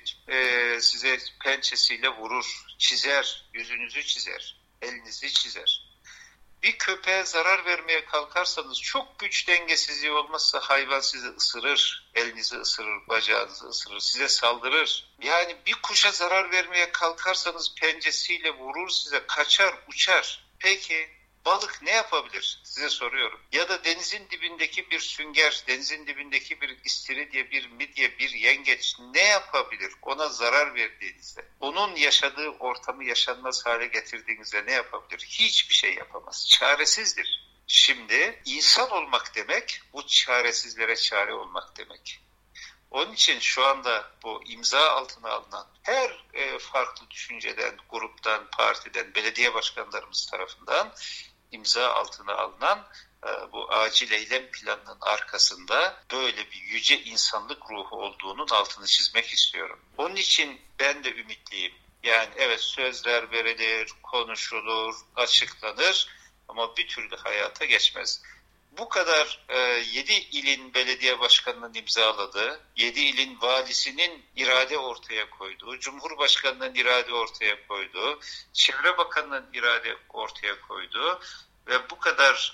[SPEAKER 4] size pençesiyle vurur, çizer, yüzünüzü çizer, elinizi çizer. Bir köpeğe zarar vermeye kalkarsanız çok güç dengesizliği olmazsa hayvan sizi ısırır, elinizi ısırır, bacağınızı ısırır, size saldırır. Yani bir kuşa zarar vermeye kalkarsanız pençesiyle vurur size, kaçar, uçar. Peki balık ne yapabilir? Size soruyorum. Ya da denizin dibindeki bir sünger, denizin dibindeki bir istiridye, bir midye, bir yengeç ne yapabilir? Ona zarar verdiğinizde, onun yaşadığı ortamı yaşanmaz hale getirdiğinizde ne yapabilir? Hiçbir şey yapamaz. Çaresizdir. Şimdi insan olmak demek, bu çaresizlere çare olmak demek. Onun için şu anda bu imza altına alınan her farklı düşünceden, gruptan, partiden, belediye başkanlarımız tarafından imza altına alınan bu acil eylem planının arkasında böyle bir yüce insanlık ruhu olduğunun altını çizmek istiyorum. Onun için ben de ümitliyim. Yani evet sözler verilir, konuşulur, açıklanır ama bir türlü hayata geçmez. Bu kadar 7 ilin belediye başkanının imzaladığı, 7 ilin valisinin irade ortaya koyduğu, Cumhurbaşkanı'nın irade ortaya koyduğu, Çevre Bakanı'nın irade ortaya koyduğu ve bu kadar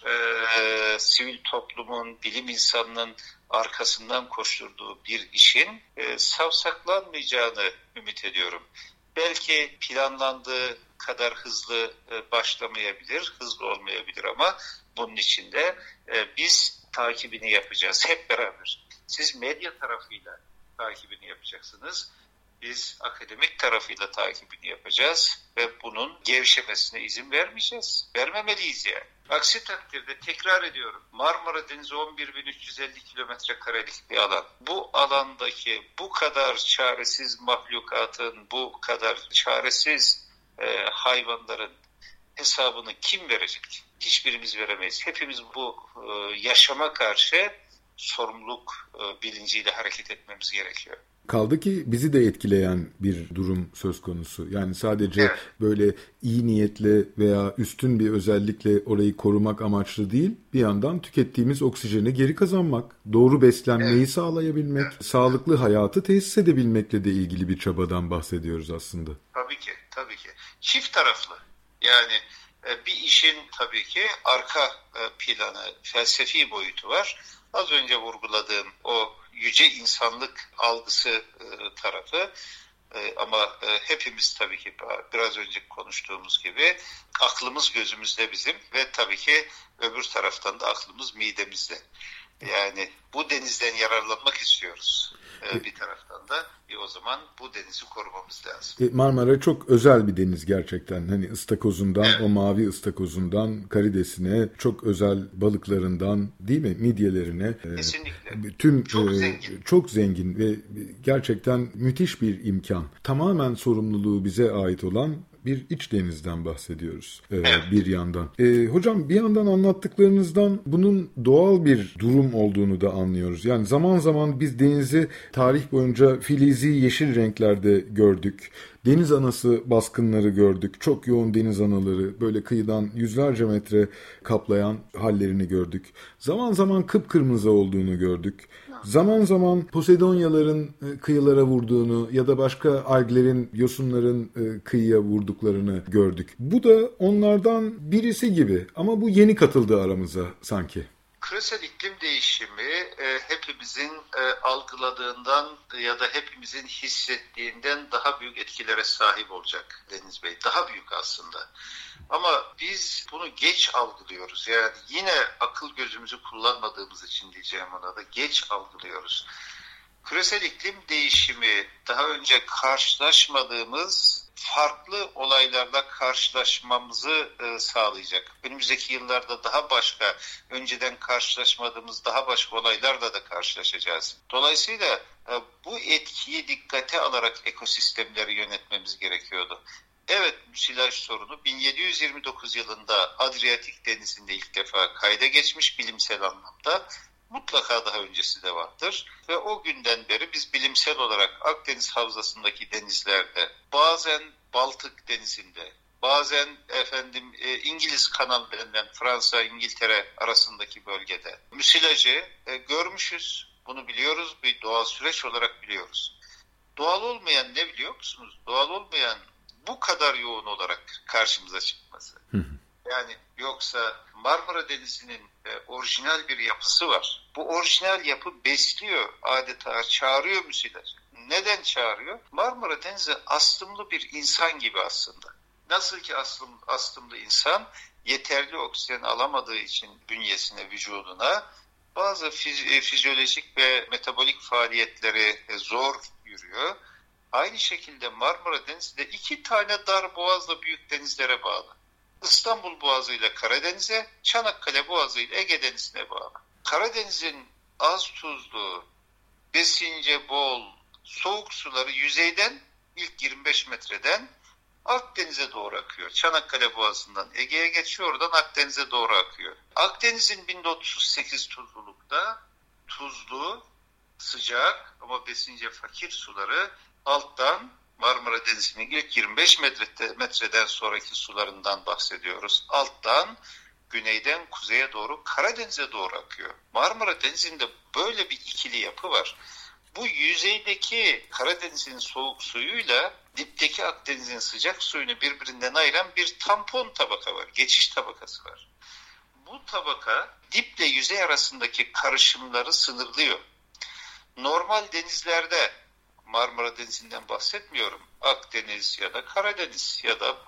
[SPEAKER 4] sivil toplumun, bilim insanının arkasından koşturduğu bir işin savsaklanmayacağını ümit ediyorum. Belki planlandığı kadar hızlı başlamayabilir, hızlı olmayabilir ama bunun için de biz takibini yapacağız hep beraber. Siz medya tarafıyla takibini yapacaksınız. Biz akademik tarafıyla takibini yapacağız ve bunun gevşemesine izin vermeyeceğiz. Vermemeliyiz yani. Aksi takdirde tekrar ediyorum. Marmara Denizi 11.350 kilometre karelik bir alan. Bu alandaki bu kadar çaresiz mahlukatın, bu kadar çaresiz hayvanların hesabını kim verecek? Hiçbirimiz veremeyiz. Hepimiz bu yaşama karşı sorumluluk bilinciyle hareket etmemiz gerekiyor.
[SPEAKER 3] Kaldı ki bizi de etkileyen bir durum söz konusu. Yani sadece böyle iyi niyetle veya üstün bir özellikle orayı korumak amaçlı değil, bir yandan tükettiğimiz oksijeni geri kazanmak, doğru beslenmeyi sağlayabilmek, sağlıklı hayatı tesis edebilmekle de ilgili bir çabadan bahsediyoruz aslında.
[SPEAKER 4] Tabii ki, tabii ki. Çift taraflı. Yani bir işin tabii ki arka planı, felsefi boyutu var. Az önce vurguladığım o yüce insanlık algısı tarafı ama hepimiz tabii ki biraz önce konuştuğumuz gibi aklımız gözümüzde bizim ve tabii ki öbür taraftan da aklımız midemizde. Yani bu denizden yararlanmak istiyoruz. Bir taraftan da o zaman bu denizi korumamız lazım.
[SPEAKER 3] Marmara çok özel bir deniz gerçekten. Hani ıstakozundan, o mavi ıstakozundan karidesine, çok özel balıklarından, değil mi? Midyelerine.
[SPEAKER 4] Kesinlikle.
[SPEAKER 3] Tüm
[SPEAKER 4] Zengin.
[SPEAKER 3] Çok zengin ve gerçekten müthiş bir imkan. Tamamen sorumluluğu bize ait olan bir iç denizden bahsediyoruz
[SPEAKER 4] Evet.
[SPEAKER 3] bir yandan. Hocam bir yandan anlattıklarınızdan bunun doğal bir durum olduğunu da anlıyoruz. Yani zaman zaman biz denizi tarih boyunca filizi yeşil renklerde gördük. Deniz anası baskınları gördük. Çok yoğun deniz anaları böyle kıyıdan yüzlerce metre kaplayan hallerini gördük. Zaman zaman kıpkırmızı olduğunu gördük. Zaman zaman Poseidonyaların kıyılara vurduğunu ya da başka alglerin, yosunların kıyıya vurduklarını gördük. Bu da onlardan birisi gibi ama bu yeni katıldı aramıza sanki.
[SPEAKER 4] Küresel iklim değişimi hepimizin algıladığından ya da hepimizin hissettiğinden daha büyük etkilere sahip olacak Deniz Bey. Daha büyük aslında. Ama biz bunu geç algılıyoruz. Yani yine akıl gözümüzü kullanmadığımız için diyeceğim ona da geç algılıyoruz. Küresel iklim değişimi daha önce karşılaşmadığımız farklı olaylarla karşılaşmamızı sağlayacak. Önümüzdeki yıllarda daha başka, önceden karşılaşmadığımız daha başka olaylarla da karşılaşacağız. Dolayısıyla bu etkiyi dikkate alarak ekosistemleri yönetmemiz gerekiyordu. Evet, müsilaj sorunu 1729 yılında Adriyatik Denizi'nde ilk defa kayda geçmiş bilimsel anlamda. Mutlaka daha öncesi de vardır. Ve o günden beri biz bilimsel olarak Akdeniz Havzası'ndaki denizlerde, bazen Baltık Denizi'nde, bazen İngiliz Kanal denilen Fransa, İngiltere arasındaki bölgede müsilajı görmüşüz. Bunu biliyoruz, bir doğal süreç olarak biliyoruz. Doğal olmayan ne biliyor musunuz? Doğal olmayan bu kadar yoğun olarak karşımıza çıkması. Yani yoksa Marmara Denizi'nin orijinal bir yapısı var. Bu orijinal yapı besliyor, adeta çağırıyor müsilajı. Neden çağırıyor? Marmara Denizi aslımlı bir insan gibi aslında. Nasıl ki aslımlı insan yeterli oksijen alamadığı için bünyesine, vücuduna bazı fizyolojik ve metabolik faaliyetleri zor yürüyor. Aynı şekilde Marmara Denizi de 2 tane dar boğazla büyük denizlere bağlı. İstanbul Boğazı ile Karadeniz'e, Çanakkale Boğazı ile Ege Denizi'ne bağlı. Karadeniz'in az tuzlu, besince bol, soğuk suları yüzeyden ilk 25 metreden Akdeniz'e doğru akıyor. Çanakkale Boğazı'ndan Ege'ye geçiyor, oradan Akdeniz'e doğru akıyor. Akdeniz'in 1038 tuzlulukta tuzlu, sıcak ama besince fakir suları alttan Marmara Denizi'nin ilk 25 metreden sonraki sularından bahsediyoruz. Alttan güneyden kuzeye doğru Karadeniz'e doğru akıyor. Marmara Denizi'nde böyle bir ikili yapı var. Bu yüzeydeki Karadeniz'in soğuk suyuyla dipteki Akdeniz'in sıcak suyunu birbirinden ayıran bir tampon tabaka var. Geçiş tabakası var. Bu tabaka diple yüzey arasındaki karışımları sınırlıyor. Normal denizlerde, Marmara Denizi'nden bahsetmiyorum, Akdeniz ya da Karadeniz ya da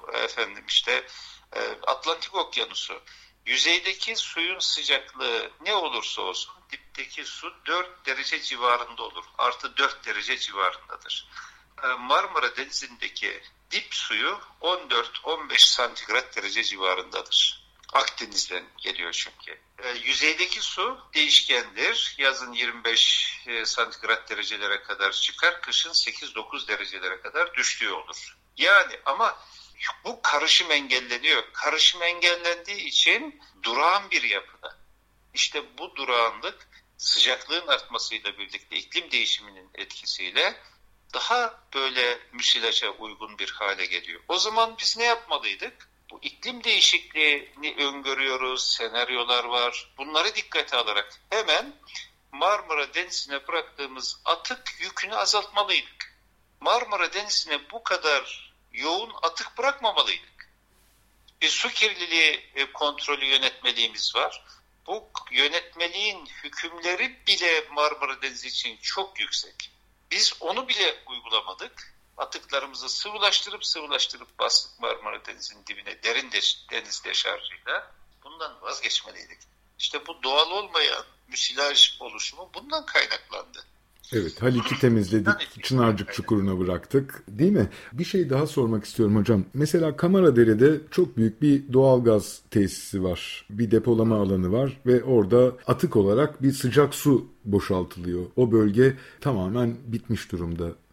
[SPEAKER 4] Atlantik Okyanusu. Yüzeydeki suyun sıcaklığı ne olursa olsun dipteki su 4 derece civarında olur. Artı 4 derece civarındadır. Marmara Denizi'ndeki dip suyu 14-15 santigrat derece civarındadır. Akdeniz'den geliyor çünkü. Yüzeydeki su değişkendir. Yazın 25 santigrat derecelere kadar çıkar, kışın 8-9 derecelere kadar düştüğü olur. Yani ama bu karışım engelleniyor. Karışım engellendiği için durağan bir yapıda. İşte bu durağanlık sıcaklığın artmasıyla birlikte iklim değişiminin etkisiyle daha böyle müsilaja uygun bir hale geliyor. O zaman biz ne yapmalıydık? Bu iklim değişikliğini öngörüyoruz, senaryolar var. Bunları dikkate alarak hemen Marmara Denizi'ne bıraktığımız atık yükünü azaltmalıydık. Marmara Denizi'ne bu kadar yoğun atık bırakmamalıydık. Bir su kirliliği kontrolü yönetmeliğimiz var. Bu yönetmeliğin hükümleri bile Marmara Denizi için çok yüksek. Biz onu bile uygulamadık. Atıklarımızı sıvılaştırıp bastık Marmara Denizi'nin dibine derin deniz deşarjıyla. Bundan vazgeçmeliydik. İşte bu doğal olmayan müsilaj oluşumu bundan kaynaklandı.
[SPEAKER 3] Evet, Halik'i temizledik, Çınarcık Çukuru'na bıraktık, değil mi? Bir şey daha sormak istiyorum hocam. Mesela Kamaradere'de çok büyük bir doğalgaz tesisi var. Bir depolama alanı var ve orada atık olarak bir sıcak su boşaltılıyor. O bölge tamamen bitmiş durumda.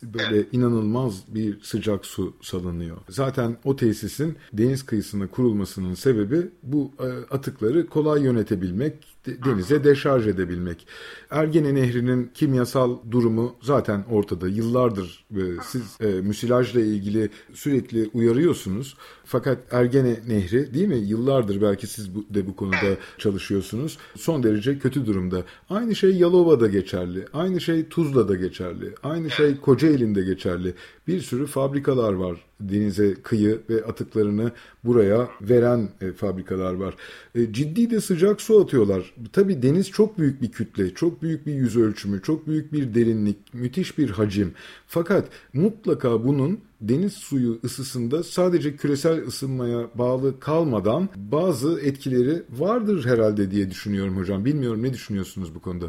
[SPEAKER 3] böyle inanılmaz bir sıcak su salınıyor. Zaten o tesisin deniz kıyısına kurulmasının sebebi bu atıkları kolay yönetebilmek, denize deşarj edebilmek. Ergene Nehri'nin kimyasal durumu zaten ortada. Yıllardır siz müsilajla ilgili sürekli uyarıyorsunuz. Fakat Ergene Nehri, değil mi? Yıllardır belki siz de bu konuda çalışıyorsunuz. Son derece kötü durumda. Aynı şey Yalova'da geçerli. Aynı şey Tuzla'da geçerli. Aynı şey Kocaeli'nde geçerli. Bir sürü fabrikalar var. Denize kıyı ve atıklarını buraya veren fabrikalar var. Ciddi de sıcak su atıyorlar. Tabii deniz çok büyük bir kütle, çok büyük bir yüz ölçümü, çok büyük bir derinlik, müthiş bir hacim. Fakat mutlaka bunun deniz suyu ısısında sadece küresel ısınmaya bağlı kalmadan bazı etkileri vardır herhalde diye düşünüyorum hocam. Bilmiyorum, ne düşünüyorsunuz bu konuda?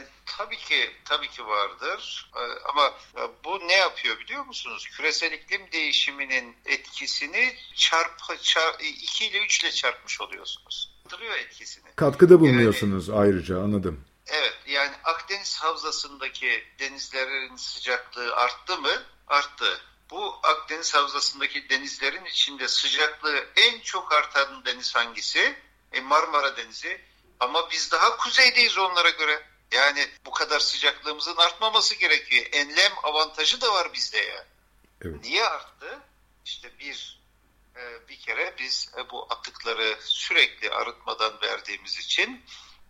[SPEAKER 4] Tabii ki vardır. Ama bu ne yapıyor biliyor musunuz? Küresel iklim değişiminin etkisini 2 ile 3 ile çarpmış oluyorsunuz. Arttırıyor etkisini.
[SPEAKER 3] Katkıda bulunuyorsunuz yani, ayrıca anladım.
[SPEAKER 4] Evet, yani Akdeniz Havzası'ndaki denizlerin sıcaklığı arttı mı? Arttı. Bu Akdeniz Havzası'ndaki denizlerin içinde sıcaklığı en çok artan deniz hangisi? Marmara Denizi. Ama biz daha kuzeydeyiz onlara göre. Yani bu kadar sıcaklığımızın artmaması gerekiyor. Enlem avantajı da var bizde ya. Evet. Niye arttı? İşte bir kere biz bu atıkları sürekli arıtmadan verdiğimiz için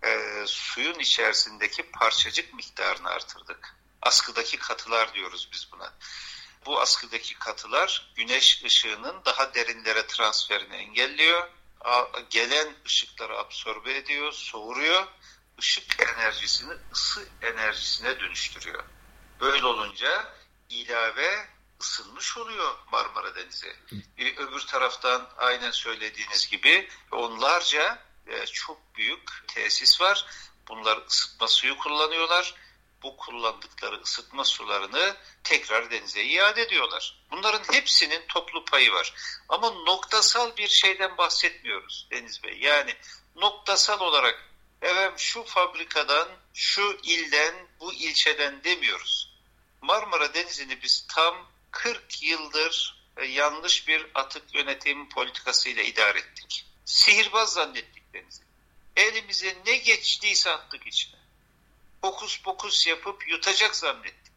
[SPEAKER 4] suyun içerisindeki parçacık miktarını artırdık. Askıdaki katılar diyoruz biz buna. Bu askıdaki katılar güneş ışığının daha derinlere transferini engelliyor. Gelen ışıkları absorbe ediyor, soğuruyor. Işık enerjisini ısı enerjisine dönüştürüyor. Böyle olunca ilave ısınmış oluyor Marmara Denizi. Öbür taraftan aynen söylediğiniz gibi onlarca çok büyük tesis var. Bunlar ısıtma suyu kullanıyorlar. Bu kullandıkları ısıtma sularını tekrar denize iade ediyorlar. Bunların hepsinin toplu payı var. Ama noktasal bir şeyden bahsetmiyoruz Deniz Bey. Yani noktasal olarak şu fabrikadan, şu ilden, bu ilçeden demiyoruz. Marmara Denizi'ni biz tam 40 yıldır yanlış bir atık yönetim politikasıyla idare ettik. Sihirbaz zannettik denizi. Elimize ne geçtiyse attık içine. Fokus pokus yapıp yutacak zannettik.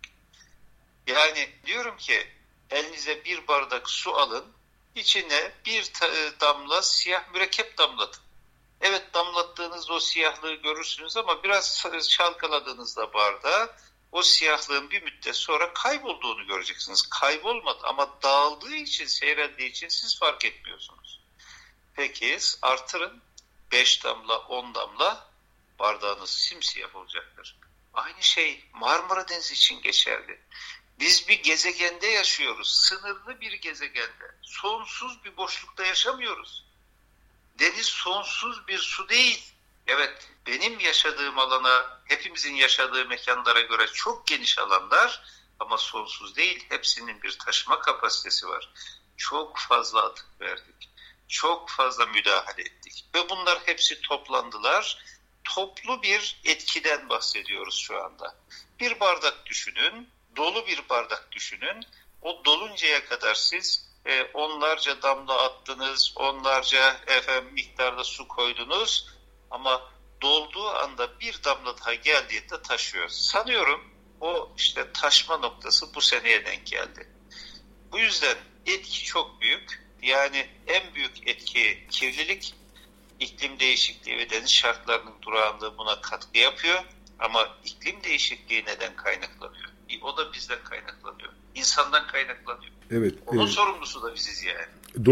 [SPEAKER 4] Yani diyorum ki elinize bir bardak su alın, içine bir damla siyah mürekkep damlatın. Evet, damlattığınızda o siyahlığı görürsünüz ama biraz çalkaladığınızda bardağı o siyahlığın bir müddet sonra kaybolduğunu göreceksiniz. Kaybolmadı ama dağıldığı için, seyreldiği için siz fark etmiyorsunuz. Peki artırın, 5 damla 10 damla bardağınız simsiyah olacaktır. Aynı şey Marmara Denizi için geçerli. Biz bir gezegende yaşıyoruz. Sınırlı bir gezegende. Sonsuz bir boşlukta yaşamıyoruz. Deniz sonsuz bir su değil. Evet, benim yaşadığım alana, hepimizin yaşadığı mekanlara göre çok geniş alanlar ama sonsuz değil. Hepsinin bir taşıma kapasitesi var. Çok fazla atık verdik. Çok fazla müdahale ettik. Ve bunlar hepsi toplandılar. Toplu bir etkiden bahsediyoruz şu anda. Bir bardak düşünün, dolu bir bardak düşünün. O doluncaya kadar siz onlarca damla attınız, onlarca miktarda su koydunuz ama dolduğu anda bir damla daha geldiğinde taşıyor. Sanıyorum o işte taşma noktası bu seneye denk geldi. Bu yüzden etki çok büyük. Yani en büyük etki kirlilik, iklim değişikliği ve deniz şartlarının durağanlığı buna katkı yapıyor. Ama iklim değişikliği neden kaynaklanıyor? O da bizden kaynaklanıyor. İnsandan kaynaklanıyor.
[SPEAKER 3] Evet.
[SPEAKER 4] Onun sorumlusu da biziz yani.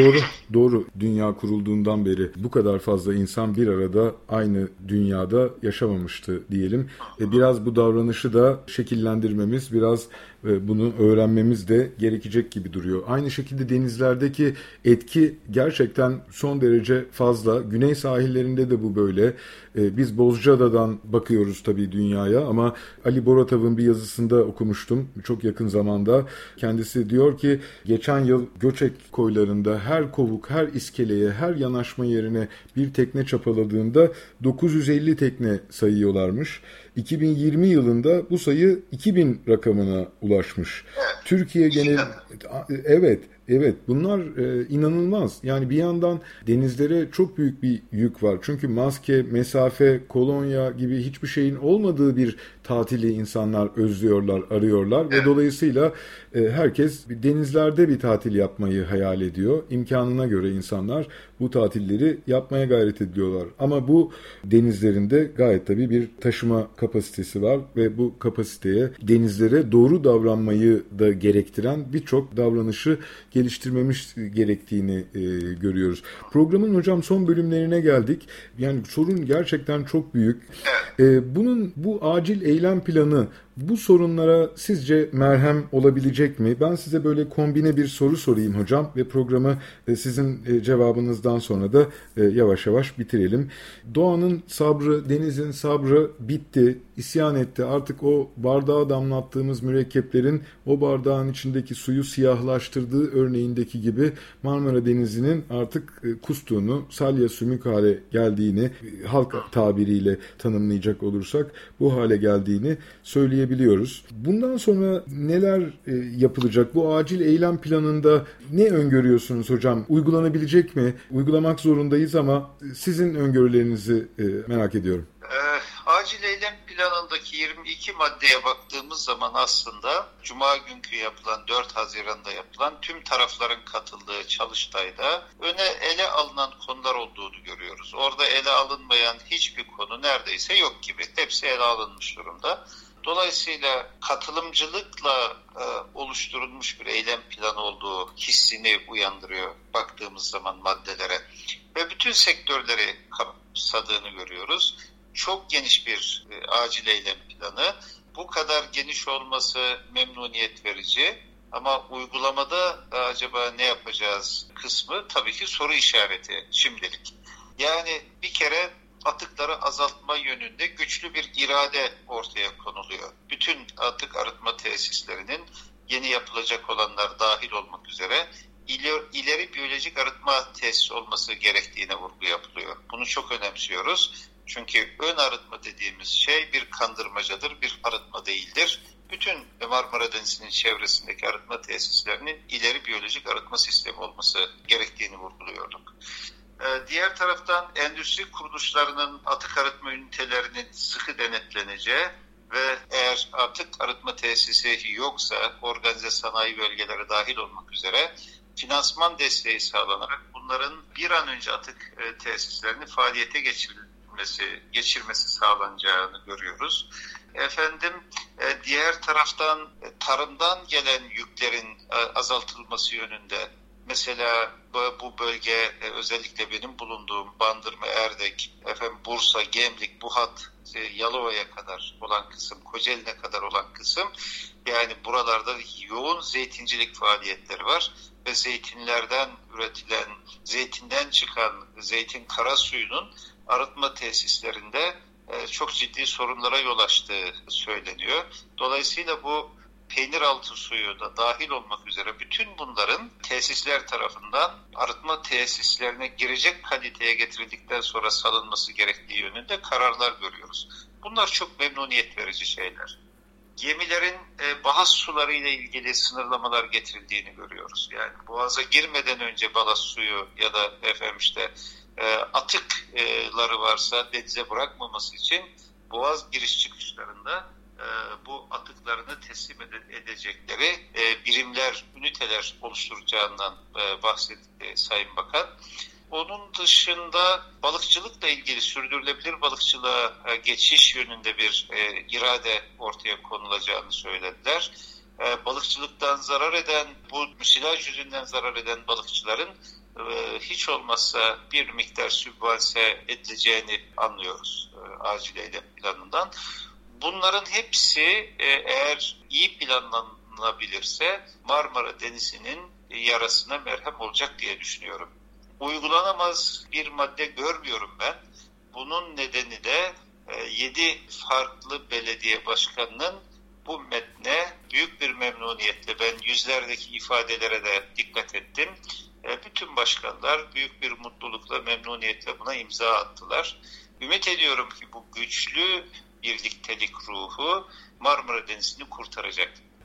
[SPEAKER 3] Doğru. Dünya kurulduğundan beri bu kadar fazla insan bir arada aynı dünyada yaşamamıştı diyelim. Biraz bu davranışı da şekillendirmemiz, biraz bunu öğrenmemiz de gerekecek gibi duruyor. Aynı şekilde denizlerdeki etki gerçekten son derece fazla. Güney sahillerinde de bu böyle. Biz Bozcaada'dan bakıyoruz tabii dünyaya ama Ali Boratav'ın bir yazısında okumuştum çok yakın zamanda. Kendisi diyor ki geçen yıl Göçek koylarında her kovuk, her iskeleye, her yanaşma yerine bir tekne çapaladığında 950 tekne sayıyorlarmış. 2020 yılında bu sayı 2000 rakamına ulaşmış. Türkiye genel evet bunlar inanılmaz. Yani bir yandan denizlere çok büyük bir yük var. Çünkü maske, mesafe, kolonya gibi hiçbir şeyin olmadığı bir tatili insanlar özlüyorlar, arıyorlar ve dolayısıyla herkes denizlerde bir tatil yapmayı hayal ediyor. İmkanına göre insanlar bu tatilleri yapmaya gayret ediyorlar. Ama bu denizlerinde gayet tabii bir taşıma kapasitesi var ve bu kapasiteye denizlere doğru davranmayı da gerektiren birçok davranışı geliştirmemiz gerektiğini görüyoruz. Programın hocam son bölümlerine geldik. Yani sorun gerçekten çok büyük. Bu acil eylem planı bu sorunlara sizce merhem olabilecek mi? Ben size böyle kombine bir soru sorayım hocam ve programı sizin cevabınızdan sonra da yavaş yavaş bitirelim. Doğanın sabrı, denizin sabrı bitti, isyan etti. Artık o bardağa damlattığımız mürekkeplerin o bardağın içindeki suyu siyahlaştırdığı örneğindeki gibi Marmara Denizi'nin artık kustuğunu, salya sümük hale geldiğini, halk tabiriyle tanımlayacak olursak bu hale geldiğini söyleyebiliyoruz. Bundan sonra neler yapılacak? Bu acil eylem planında ne öngörüyorsunuz hocam? Uygulanabilecek mi? Uygulamak zorundayız ama sizin öngörülerinizi merak ediyorum.
[SPEAKER 4] Acil eylem planındaki 22 maddeye baktığımız zaman aslında Cuma günkü yapılan 4 Haziran'da yapılan tüm tarafların katıldığı Çalıştay'da ele alınan konular olduğunu görüyoruz. Orada ele alınmayan hiçbir konu neredeyse yok gibi. Hepsi ele alınmış durumda. Dolayısıyla katılımcılıkla oluşturulmuş bir eylem planı olduğu hissini uyandırıyor baktığımız zaman maddelere. Ve bütün sektörleri kapsadığını görüyoruz. Çok geniş bir acil eylem planı. Bu kadar geniş olması memnuniyet verici. Ama uygulamada acaba ne yapacağız kısmı tabii ki soru işareti şimdilik. Yani bir kere atıkları azaltma yönünde güçlü bir irade ortaya konuluyor. Bütün atık arıtma tesislerinin yeni yapılacak olanlar dahil olmak üzere ileri biyolojik arıtma tesisi olması gerektiğine vurgu yapılıyor. Bunu çok önemsiyoruz. Çünkü ön arıtma dediğimiz şey bir kandırmacadır, bir arıtma değildir. Bütün Marmara Denizi'nin çevresindeki arıtma tesislerinin ileri biyolojik arıtma sistemi olması gerektiğini vurguluyorduk. Diğer taraftan endüstri kuruluşlarının atık arıtma ünitelerinin sıkı denetleneceği ve eğer atık arıtma tesisi yoksa organize sanayi bölgeleri dahil olmak üzere finansman desteği sağlanarak bunların bir an önce atık tesislerini faaliyete geçirmesi sağlanacağını görüyoruz. Diğer taraftan tarımdan gelen yüklerin azaltılması yönünde mesela bu bölge özellikle benim bulunduğum Bandırma, Erdek, Bursa, Gemlik, Buhat, Yalova'ya kadar olan kısım, Kocaeli'ne kadar olan kısım yani buralarda yoğun zeytincilik faaliyetleri var ve zeytinlerden üretilen, zeytinden çıkan zeytin kara suyunun arıtma tesislerinde çok ciddi sorunlara yol açtığı söyleniyor. Dolayısıyla bu peynir altı suyu da dahil olmak üzere bütün bunların tesisler tarafından arıtma tesislerine girecek kaliteye getirildikten sonra salınması gerektiği yönünde kararlar görüyoruz. Bunlar çok memnuniyet verici şeyler. Gemilerin balast suları ile ilgili sınırlamalar getirildiğini görüyoruz. Yani boğaza girmeden önce balast suyu ya da atıkları varsa denize bırakmaması için boğaz giriş çıkışlarında bu atıklarını teslim edecekleri birimler, üniteler oluşturacağından bahsetti Sayın Bakan. Onun dışında balıkçılıkla ilgili sürdürülebilir balıkçılığa geçiş yönünde bir irade ortaya konulacağını söylediler. Balıkçılıktan zarar eden, bu müsilaj yüzünden zarar eden balıkçıların hiç olmazsa bir miktar sübvanse edileceğini anlıyoruz acil eylem planından. Bunların hepsi eğer iyi planlanabilirse Marmara Denizi'nin yarasına merhem olacak diye düşünüyorum. Uygulanamaz bir madde görmüyorum ben. Bunun nedeni de 7 farklı belediye başkanının bu metne büyük bir memnuniyetle, ben yüzlerdeki ifadelere de dikkat ettim. Bütün başkanlar büyük bir mutlulukla, memnuniyetle buna imza attılar. Ümit ediyorum ki bu güçlü birliktelik ruhu Marmara Denizi'ni kurtaracak.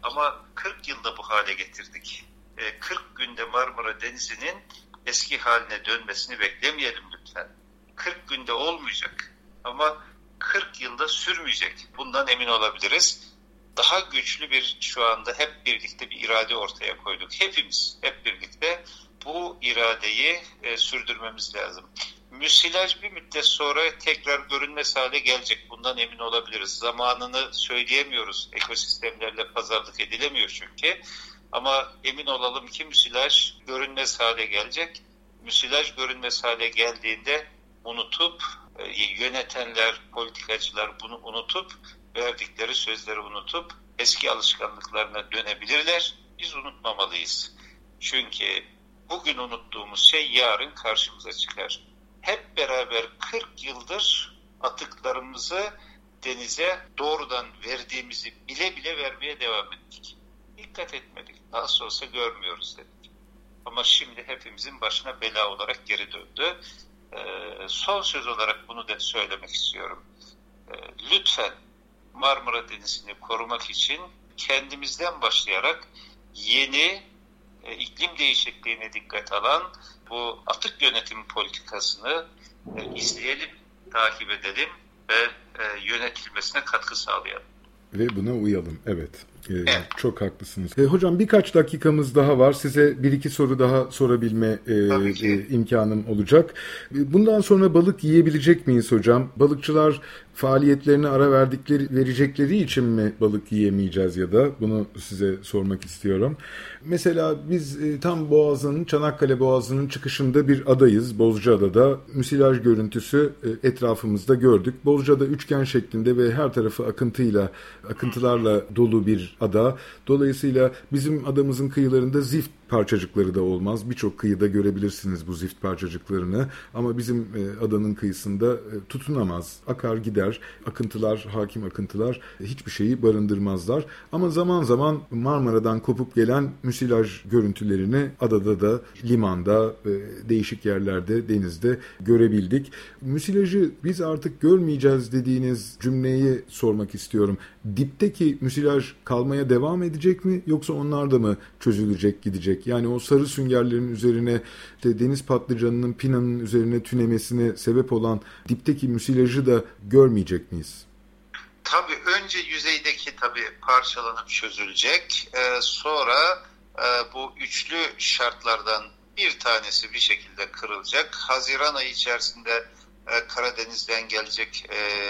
[SPEAKER 4] Ama 40 yılda bu hale getirdik. 40 günde Marmara Denizi'nin eski haline dönmesini beklemeyelim lütfen. 40 günde olmayacak ama 40 yılda sürmeyecek. Bundan emin olabiliriz. Daha güçlü bir şu anda hep birlikte bir irade ortaya koyduk. Hepimiz hep birlikte bu iradeyi sürdürmemiz lazım. Müsilaj bir müddet sonra tekrar görünmez hale gelecek. Bundan emin olabiliriz. Zamanını söyleyemiyoruz. Ekosistemlerle pazarlık edilemiyor çünkü. Ama emin olalım ki müsilaj görünmez hale gelecek. Müsilaj görünmez hale geldiğinde unutup, yönetenler, politikacılar bunu unutup, verdikleri sözleri unutup eski alışkanlıklarına dönebilirler. Biz unutmamalıyız. Çünkü bugün unuttuğumuz şey yarın karşımıza çıkar. Hep beraber 40 yıldır atıklarımızı denize doğrudan verdiğimizi bile bile vermeye devam ettik. Dikkat etmedik. Nasıl olsa görmüyoruz dedik. Ama şimdi hepimizin başına bela olarak geri döndü. Son söz olarak bunu da söylemek istiyorum. Lütfen Marmara Denizi'ni korumak için kendimizden başlayarak yeni iklim değişikliğine dikkat alan bu atık yönetimi politikasını izleyelim, takip edelim ve yönetilmesine katkı sağlayalım.
[SPEAKER 3] Ve buna uyalım, evet. Çok haklısınız. Hocam birkaç dakikamız daha var. Size bir iki soru daha sorabilme imkanım olacak. Bundan sonra balık yiyebilecek miyiz hocam? Balıkçılar faaliyetlerine ara verecekleri için mi balık yiyemeyeceğiz ya da? Bunu size sormak istiyorum. Mesela biz tam Boğazı'nın, Çanakkale Boğazı'nın çıkışında bir adayız. Bozcaada'da müsilaj görüntüsü etrafımızda gördük. Bozcaada üçgen şeklinde ve her tarafı akıntılarla dolu bir ada. Dolayısıyla bizim adamızın kıyılarında zift parçacıkları da olmaz. Birçok kıyıda görebilirsiniz bu zift parçacıklarını. Ama bizim adanın kıyısında tutunamaz. Akar gider. Akıntılar, hakim akıntılar hiçbir şeyi barındırmazlar. Ama zaman zaman Marmara'dan kopup gelen müsilaj görüntülerini adada da, limanda, değişik yerlerde, denizde görebildik. Müsilajı biz artık görmeyeceğiz dediğiniz cümleyi sormak istiyorum. Dipteki müsilaj kalmaya devam edecek mi yoksa onlar da mı çözülecek, gidecek? Yani o sarı süngerlerin üzerine, işte deniz patlıcanının, pinanın üzerine tünemesine sebep olan dipteki müsilajı da görmeyecek miyiz?
[SPEAKER 4] Tabii önce yüzeydeki parçalanıp çözülecek. Sonra bu üçlü şartlardan bir tanesi bir şekilde kırılacak. Haziran ayı içerisinde Karadeniz'den gelecek,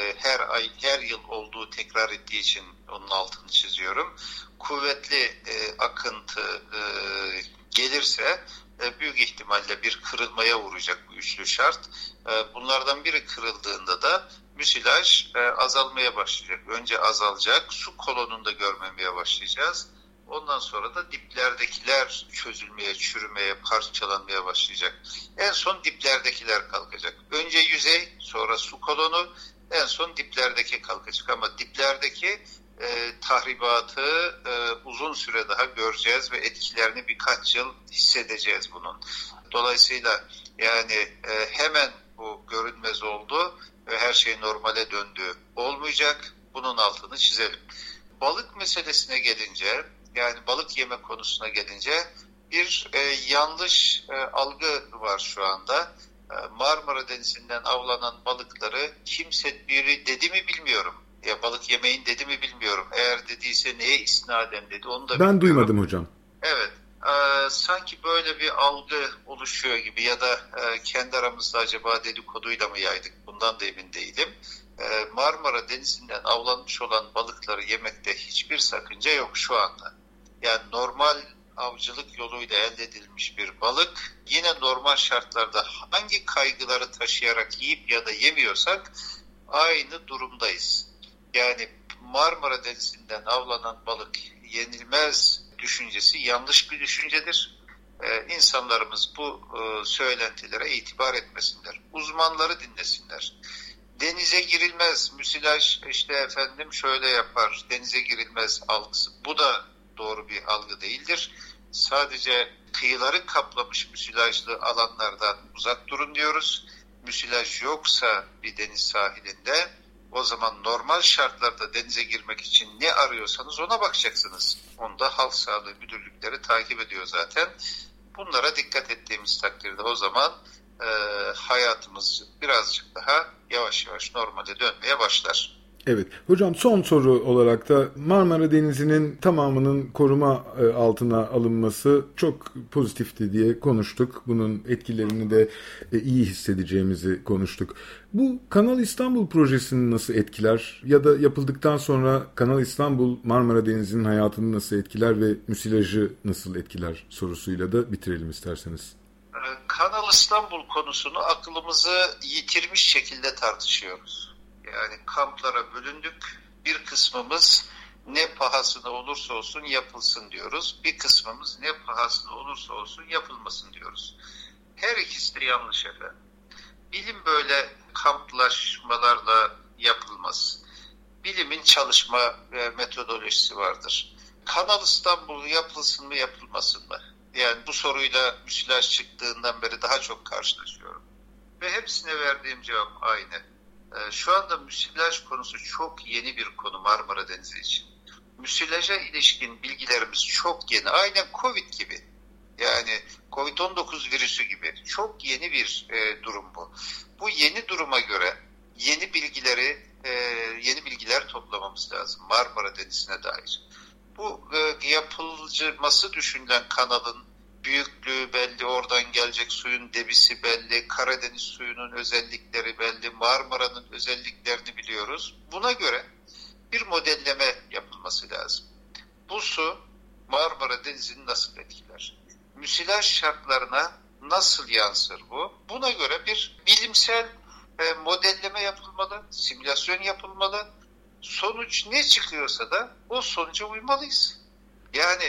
[SPEAKER 4] her yıl olduğu tekrar ettiği için onun altını çiziyorum. Kuvvetli akıntı gelirse büyük ihtimalle bir kırılmaya uğrayacak bu üçlü şart. Bunlardan biri kırıldığında da müsilaj azalmaya başlayacak. Önce azalacak, su kolonunda görmemeye başlayacağız. Ondan sonra da diplerdekiler çözülmeye, çürümeye, parçalanmaya başlayacak. En son diplerdekiler kalkacak. Önce yüzey, sonra su kolonu, en son diplerdeki kalkacak. Ama diplerdeki tahribatı uzun süre daha göreceğiz ve etkilerini birkaç yıl hissedeceğiz bunun. Dolayısıyla yani hemen bu görünmez oldu ve her şey normale döndü olmayacak. Bunun altını çizelim. Balık meselesine gelince, yani balık yeme konusuna gelince bir yanlış algı var şu anda. Marmara Denizi'nden avlanan balıkları kimse biri dedi mi bilmiyorum. Ya balık yemeyin dedi mi bilmiyorum. Eğer dediyse neye isnaden dedi onu da bilmiyorum.
[SPEAKER 3] Ben duymadım hocam.
[SPEAKER 4] Evet. Sanki böyle bir algı oluşuyor gibi ya da kendi aramızda acaba dedikoduyla mı yaydık? Bundan da emin değilim. Marmara Denizi'nden avlanmış olan balıkları yemekte hiçbir sakınca yok şu anda. Yani normal avcılık yoluyla elde edilmiş bir balık yine normal şartlarda hangi kaygıları taşıyarak yiyip ya da yemiyorsak aynı durumdayız. Yani Marmara Denizi'nden avlanan balık yenilmez düşüncesi yanlış bir düşüncedir. İnsanlarımız bu söylentilere itibar etmesinler. Uzmanları dinlesinler. Denize girilmez, müsilaj şöyle yapar, denize girilmez algısı. Bu da doğru bir algı değildir. Sadece kıyıları kaplamış müsilajlı alanlardan uzak durun diyoruz. Müsilaj yoksa bir deniz sahilinde O zaman normal şartlarda denize girmek için ne arıyorsanız ona bakacaksınız. Onu da halk sağlığı müdürlükleri takip ediyor zaten. Bunlara dikkat ettiğimiz takdirde o zaman hayatımız birazcık daha yavaş yavaş normale dönmeye başlar.
[SPEAKER 3] Evet. Hocam son soru olarak da Marmara Denizi'nin tamamının koruma altına alınması çok pozitifti diye konuştuk. Bunun etkilerini de iyi hissedeceğimizi konuştuk. Bu Kanal İstanbul projesini nasıl etkiler ya da yapıldıktan sonra Kanal İstanbul Marmara Denizi'nin hayatını nasıl etkiler ve müsilajı nasıl etkiler sorusuyla da bitirelim isterseniz.
[SPEAKER 4] Kanal İstanbul konusunu aklımızı yitirmiş şekilde tartışıyoruz. Yani kamplara bölündük. Bir kısmımız ne pahasına olursa olsun yapılsın diyoruz. Bir kısmımız ne pahasına olursa olsun yapılmasın diyoruz. Her ikisi de yanlış efendim. Bilim böyle kamplaşmalarla yapılmaz. Bilimin çalışma metodolojisi vardır. Kanal İstanbul yapılsın mı yapılmasın mı? Yani bu soruyla müsilaj çıktığından beri daha çok karşılaşıyorum. Ve hepsine verdiğim cevap aynı. Şu anda müsilaj konusu çok yeni bir konu Marmara Denizi için. Müsilaja ilişkin bilgilerimiz çok yeni. Aynen Covid gibi. Yani Covid-19 virüsü gibi. Çok yeni bir durum bu. Bu yeni duruma göre yeni bilgiler toplamamız lazım Marmara Denizi'ne dair. Bu yapılması düşünülen kanalın büyüklüğü belli, oradan gelecek suyun debisi belli, Karadeniz suyunun özellikleri belli, Marmara'nın özelliklerini biliyoruz. Buna göre bir modelleme yapılması lazım. Bu su Marmara Denizi'ni nasıl etkiler? Müsilaj şartlarına nasıl yansır bu? Buna göre bir bilimsel modelleme yapılmalı, simülasyon yapılmalı. Sonuç ne çıkıyorsa da o sonuca uymalıyız. Yani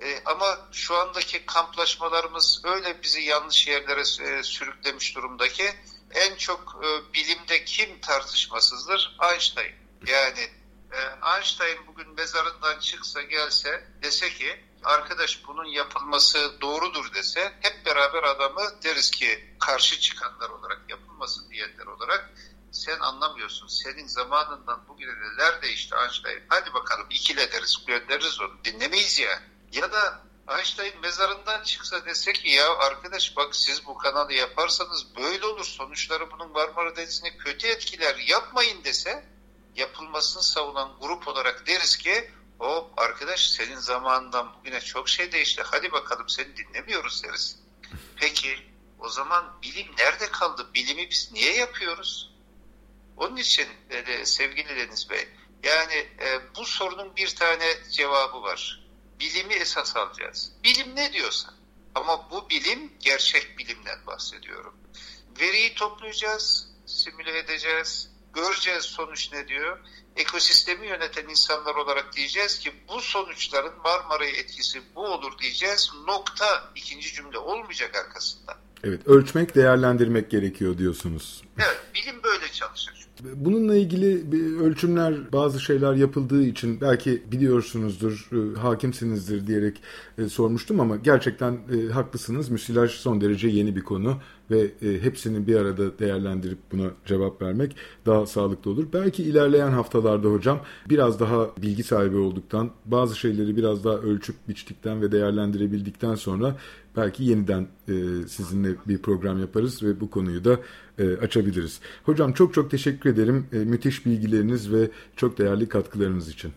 [SPEAKER 4] ama şu andaki kamplaşmalarımız öyle bizi yanlış yerlere sürüklemiş durumda ki en çok bilimde kim tartışmasızdır? Einstein. Yani Einstein bugün mezarından çıksa gelse dese ki arkadaş bunun yapılması doğrudur dese hep beraber adamı deriz ki karşı çıkanlar olarak yapılmasın diyenler olarak sen anlamıyorsun. Senin zamanından bugüne neler değişti Einstein. Hadi bakalım ikile deriz, göndeririz onu. Dinlemeyiz ya. Ya da Einstein mezarından çıksa dese ki ya arkadaş bak siz bu kanalı yaparsanız böyle olur. Sonuçları bunun Marmara Denizi'ne kötü etkiler. Yapmayın dese yapılmasını savunan grup olarak deriz ki o arkadaş senin zamanından bugüne çok şey değişti. Hadi bakalım seni dinlemiyoruz deriz. Peki o zaman bilim nerede kaldı? Bilimi biz niye yapıyoruz? Onun için sevgili Deniz Bey yani bu sorunun bir tane cevabı var. Bilimi esas alacağız. Bilim ne diyorsa ama bu bilim gerçek bilimden bahsediyorum. Veriyi toplayacağız, simüle edeceğiz, göreceğiz sonuç ne diyor. Ekosistemi yöneten insanlar olarak diyeceğiz ki bu sonuçların Marmara'ya etkisi bu olur diyeceğiz. Nokta ikinci cümle olmayacak arkasında.
[SPEAKER 3] Evet, ölçmek, değerlendirmek gerekiyor diyorsunuz.
[SPEAKER 4] Evet, bilim böyle çalışır.
[SPEAKER 3] Bununla ilgili ölçümler, bazı şeyler yapıldığı için belki biliyorsunuzdur, hakimsinizdir diyerek sormuştum ama gerçekten haklısınız. Müsilaj son derece yeni bir konu ve hepsini bir arada değerlendirip buna cevap vermek daha sağlıklı olur. Belki ilerleyen haftalarda hocam biraz daha bilgi sahibi olduktan, bazı şeyleri biraz daha ölçüp biçtikten ve değerlendirebildikten sonra belki yeniden sizinle bir program yaparız ve bu konuyu da açabiliriz. Hocam çok çok teşekkür ederim. Müthiş bilgileriniz ve çok değerli katkılarınız için.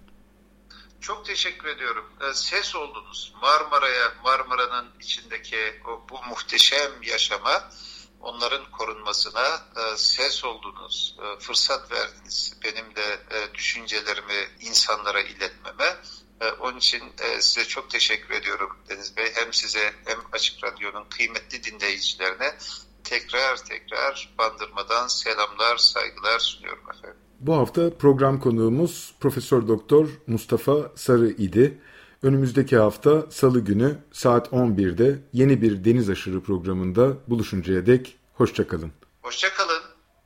[SPEAKER 4] Çok teşekkür ediyorum. Ses oldunuz. Marmara'nın içindeki bu muhteşem yaşama, onların korunmasına ses oldunuz. Fırsat verdiniz. Benim de düşüncelerimi insanlara iletmeme. Onun için size çok teşekkür ediyorum Deniz Bey. Hem size hem Açık Radyo'nun kıymetli dinleyicilerine tekrar Bandırma'dan selamlar, saygılar sunuyorum efendim.
[SPEAKER 3] Bu hafta program konuğumuz Profesör Doktor Mustafa Sarı idi. Önümüzdeki hafta Salı günü saat 11'de yeni bir Deniz Aşırı programında buluşuncaya dek hoşça kalın.
[SPEAKER 4] Hoşça kalın.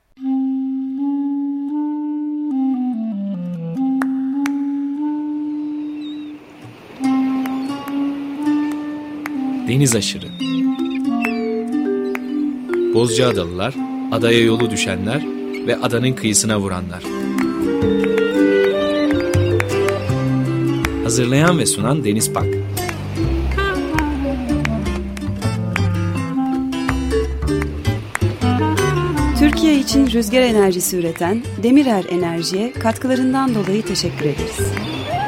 [SPEAKER 1] Deniz Aşırı. Bozcaadalılar, adaya yolu düşenler ve adanın kıyısına vuranlar. Hazırlayan ve sunan Deniz Pak.
[SPEAKER 2] Türkiye için rüzgar enerjisi üreten Demirer Enerji'ye katkılarından dolayı teşekkür ederiz.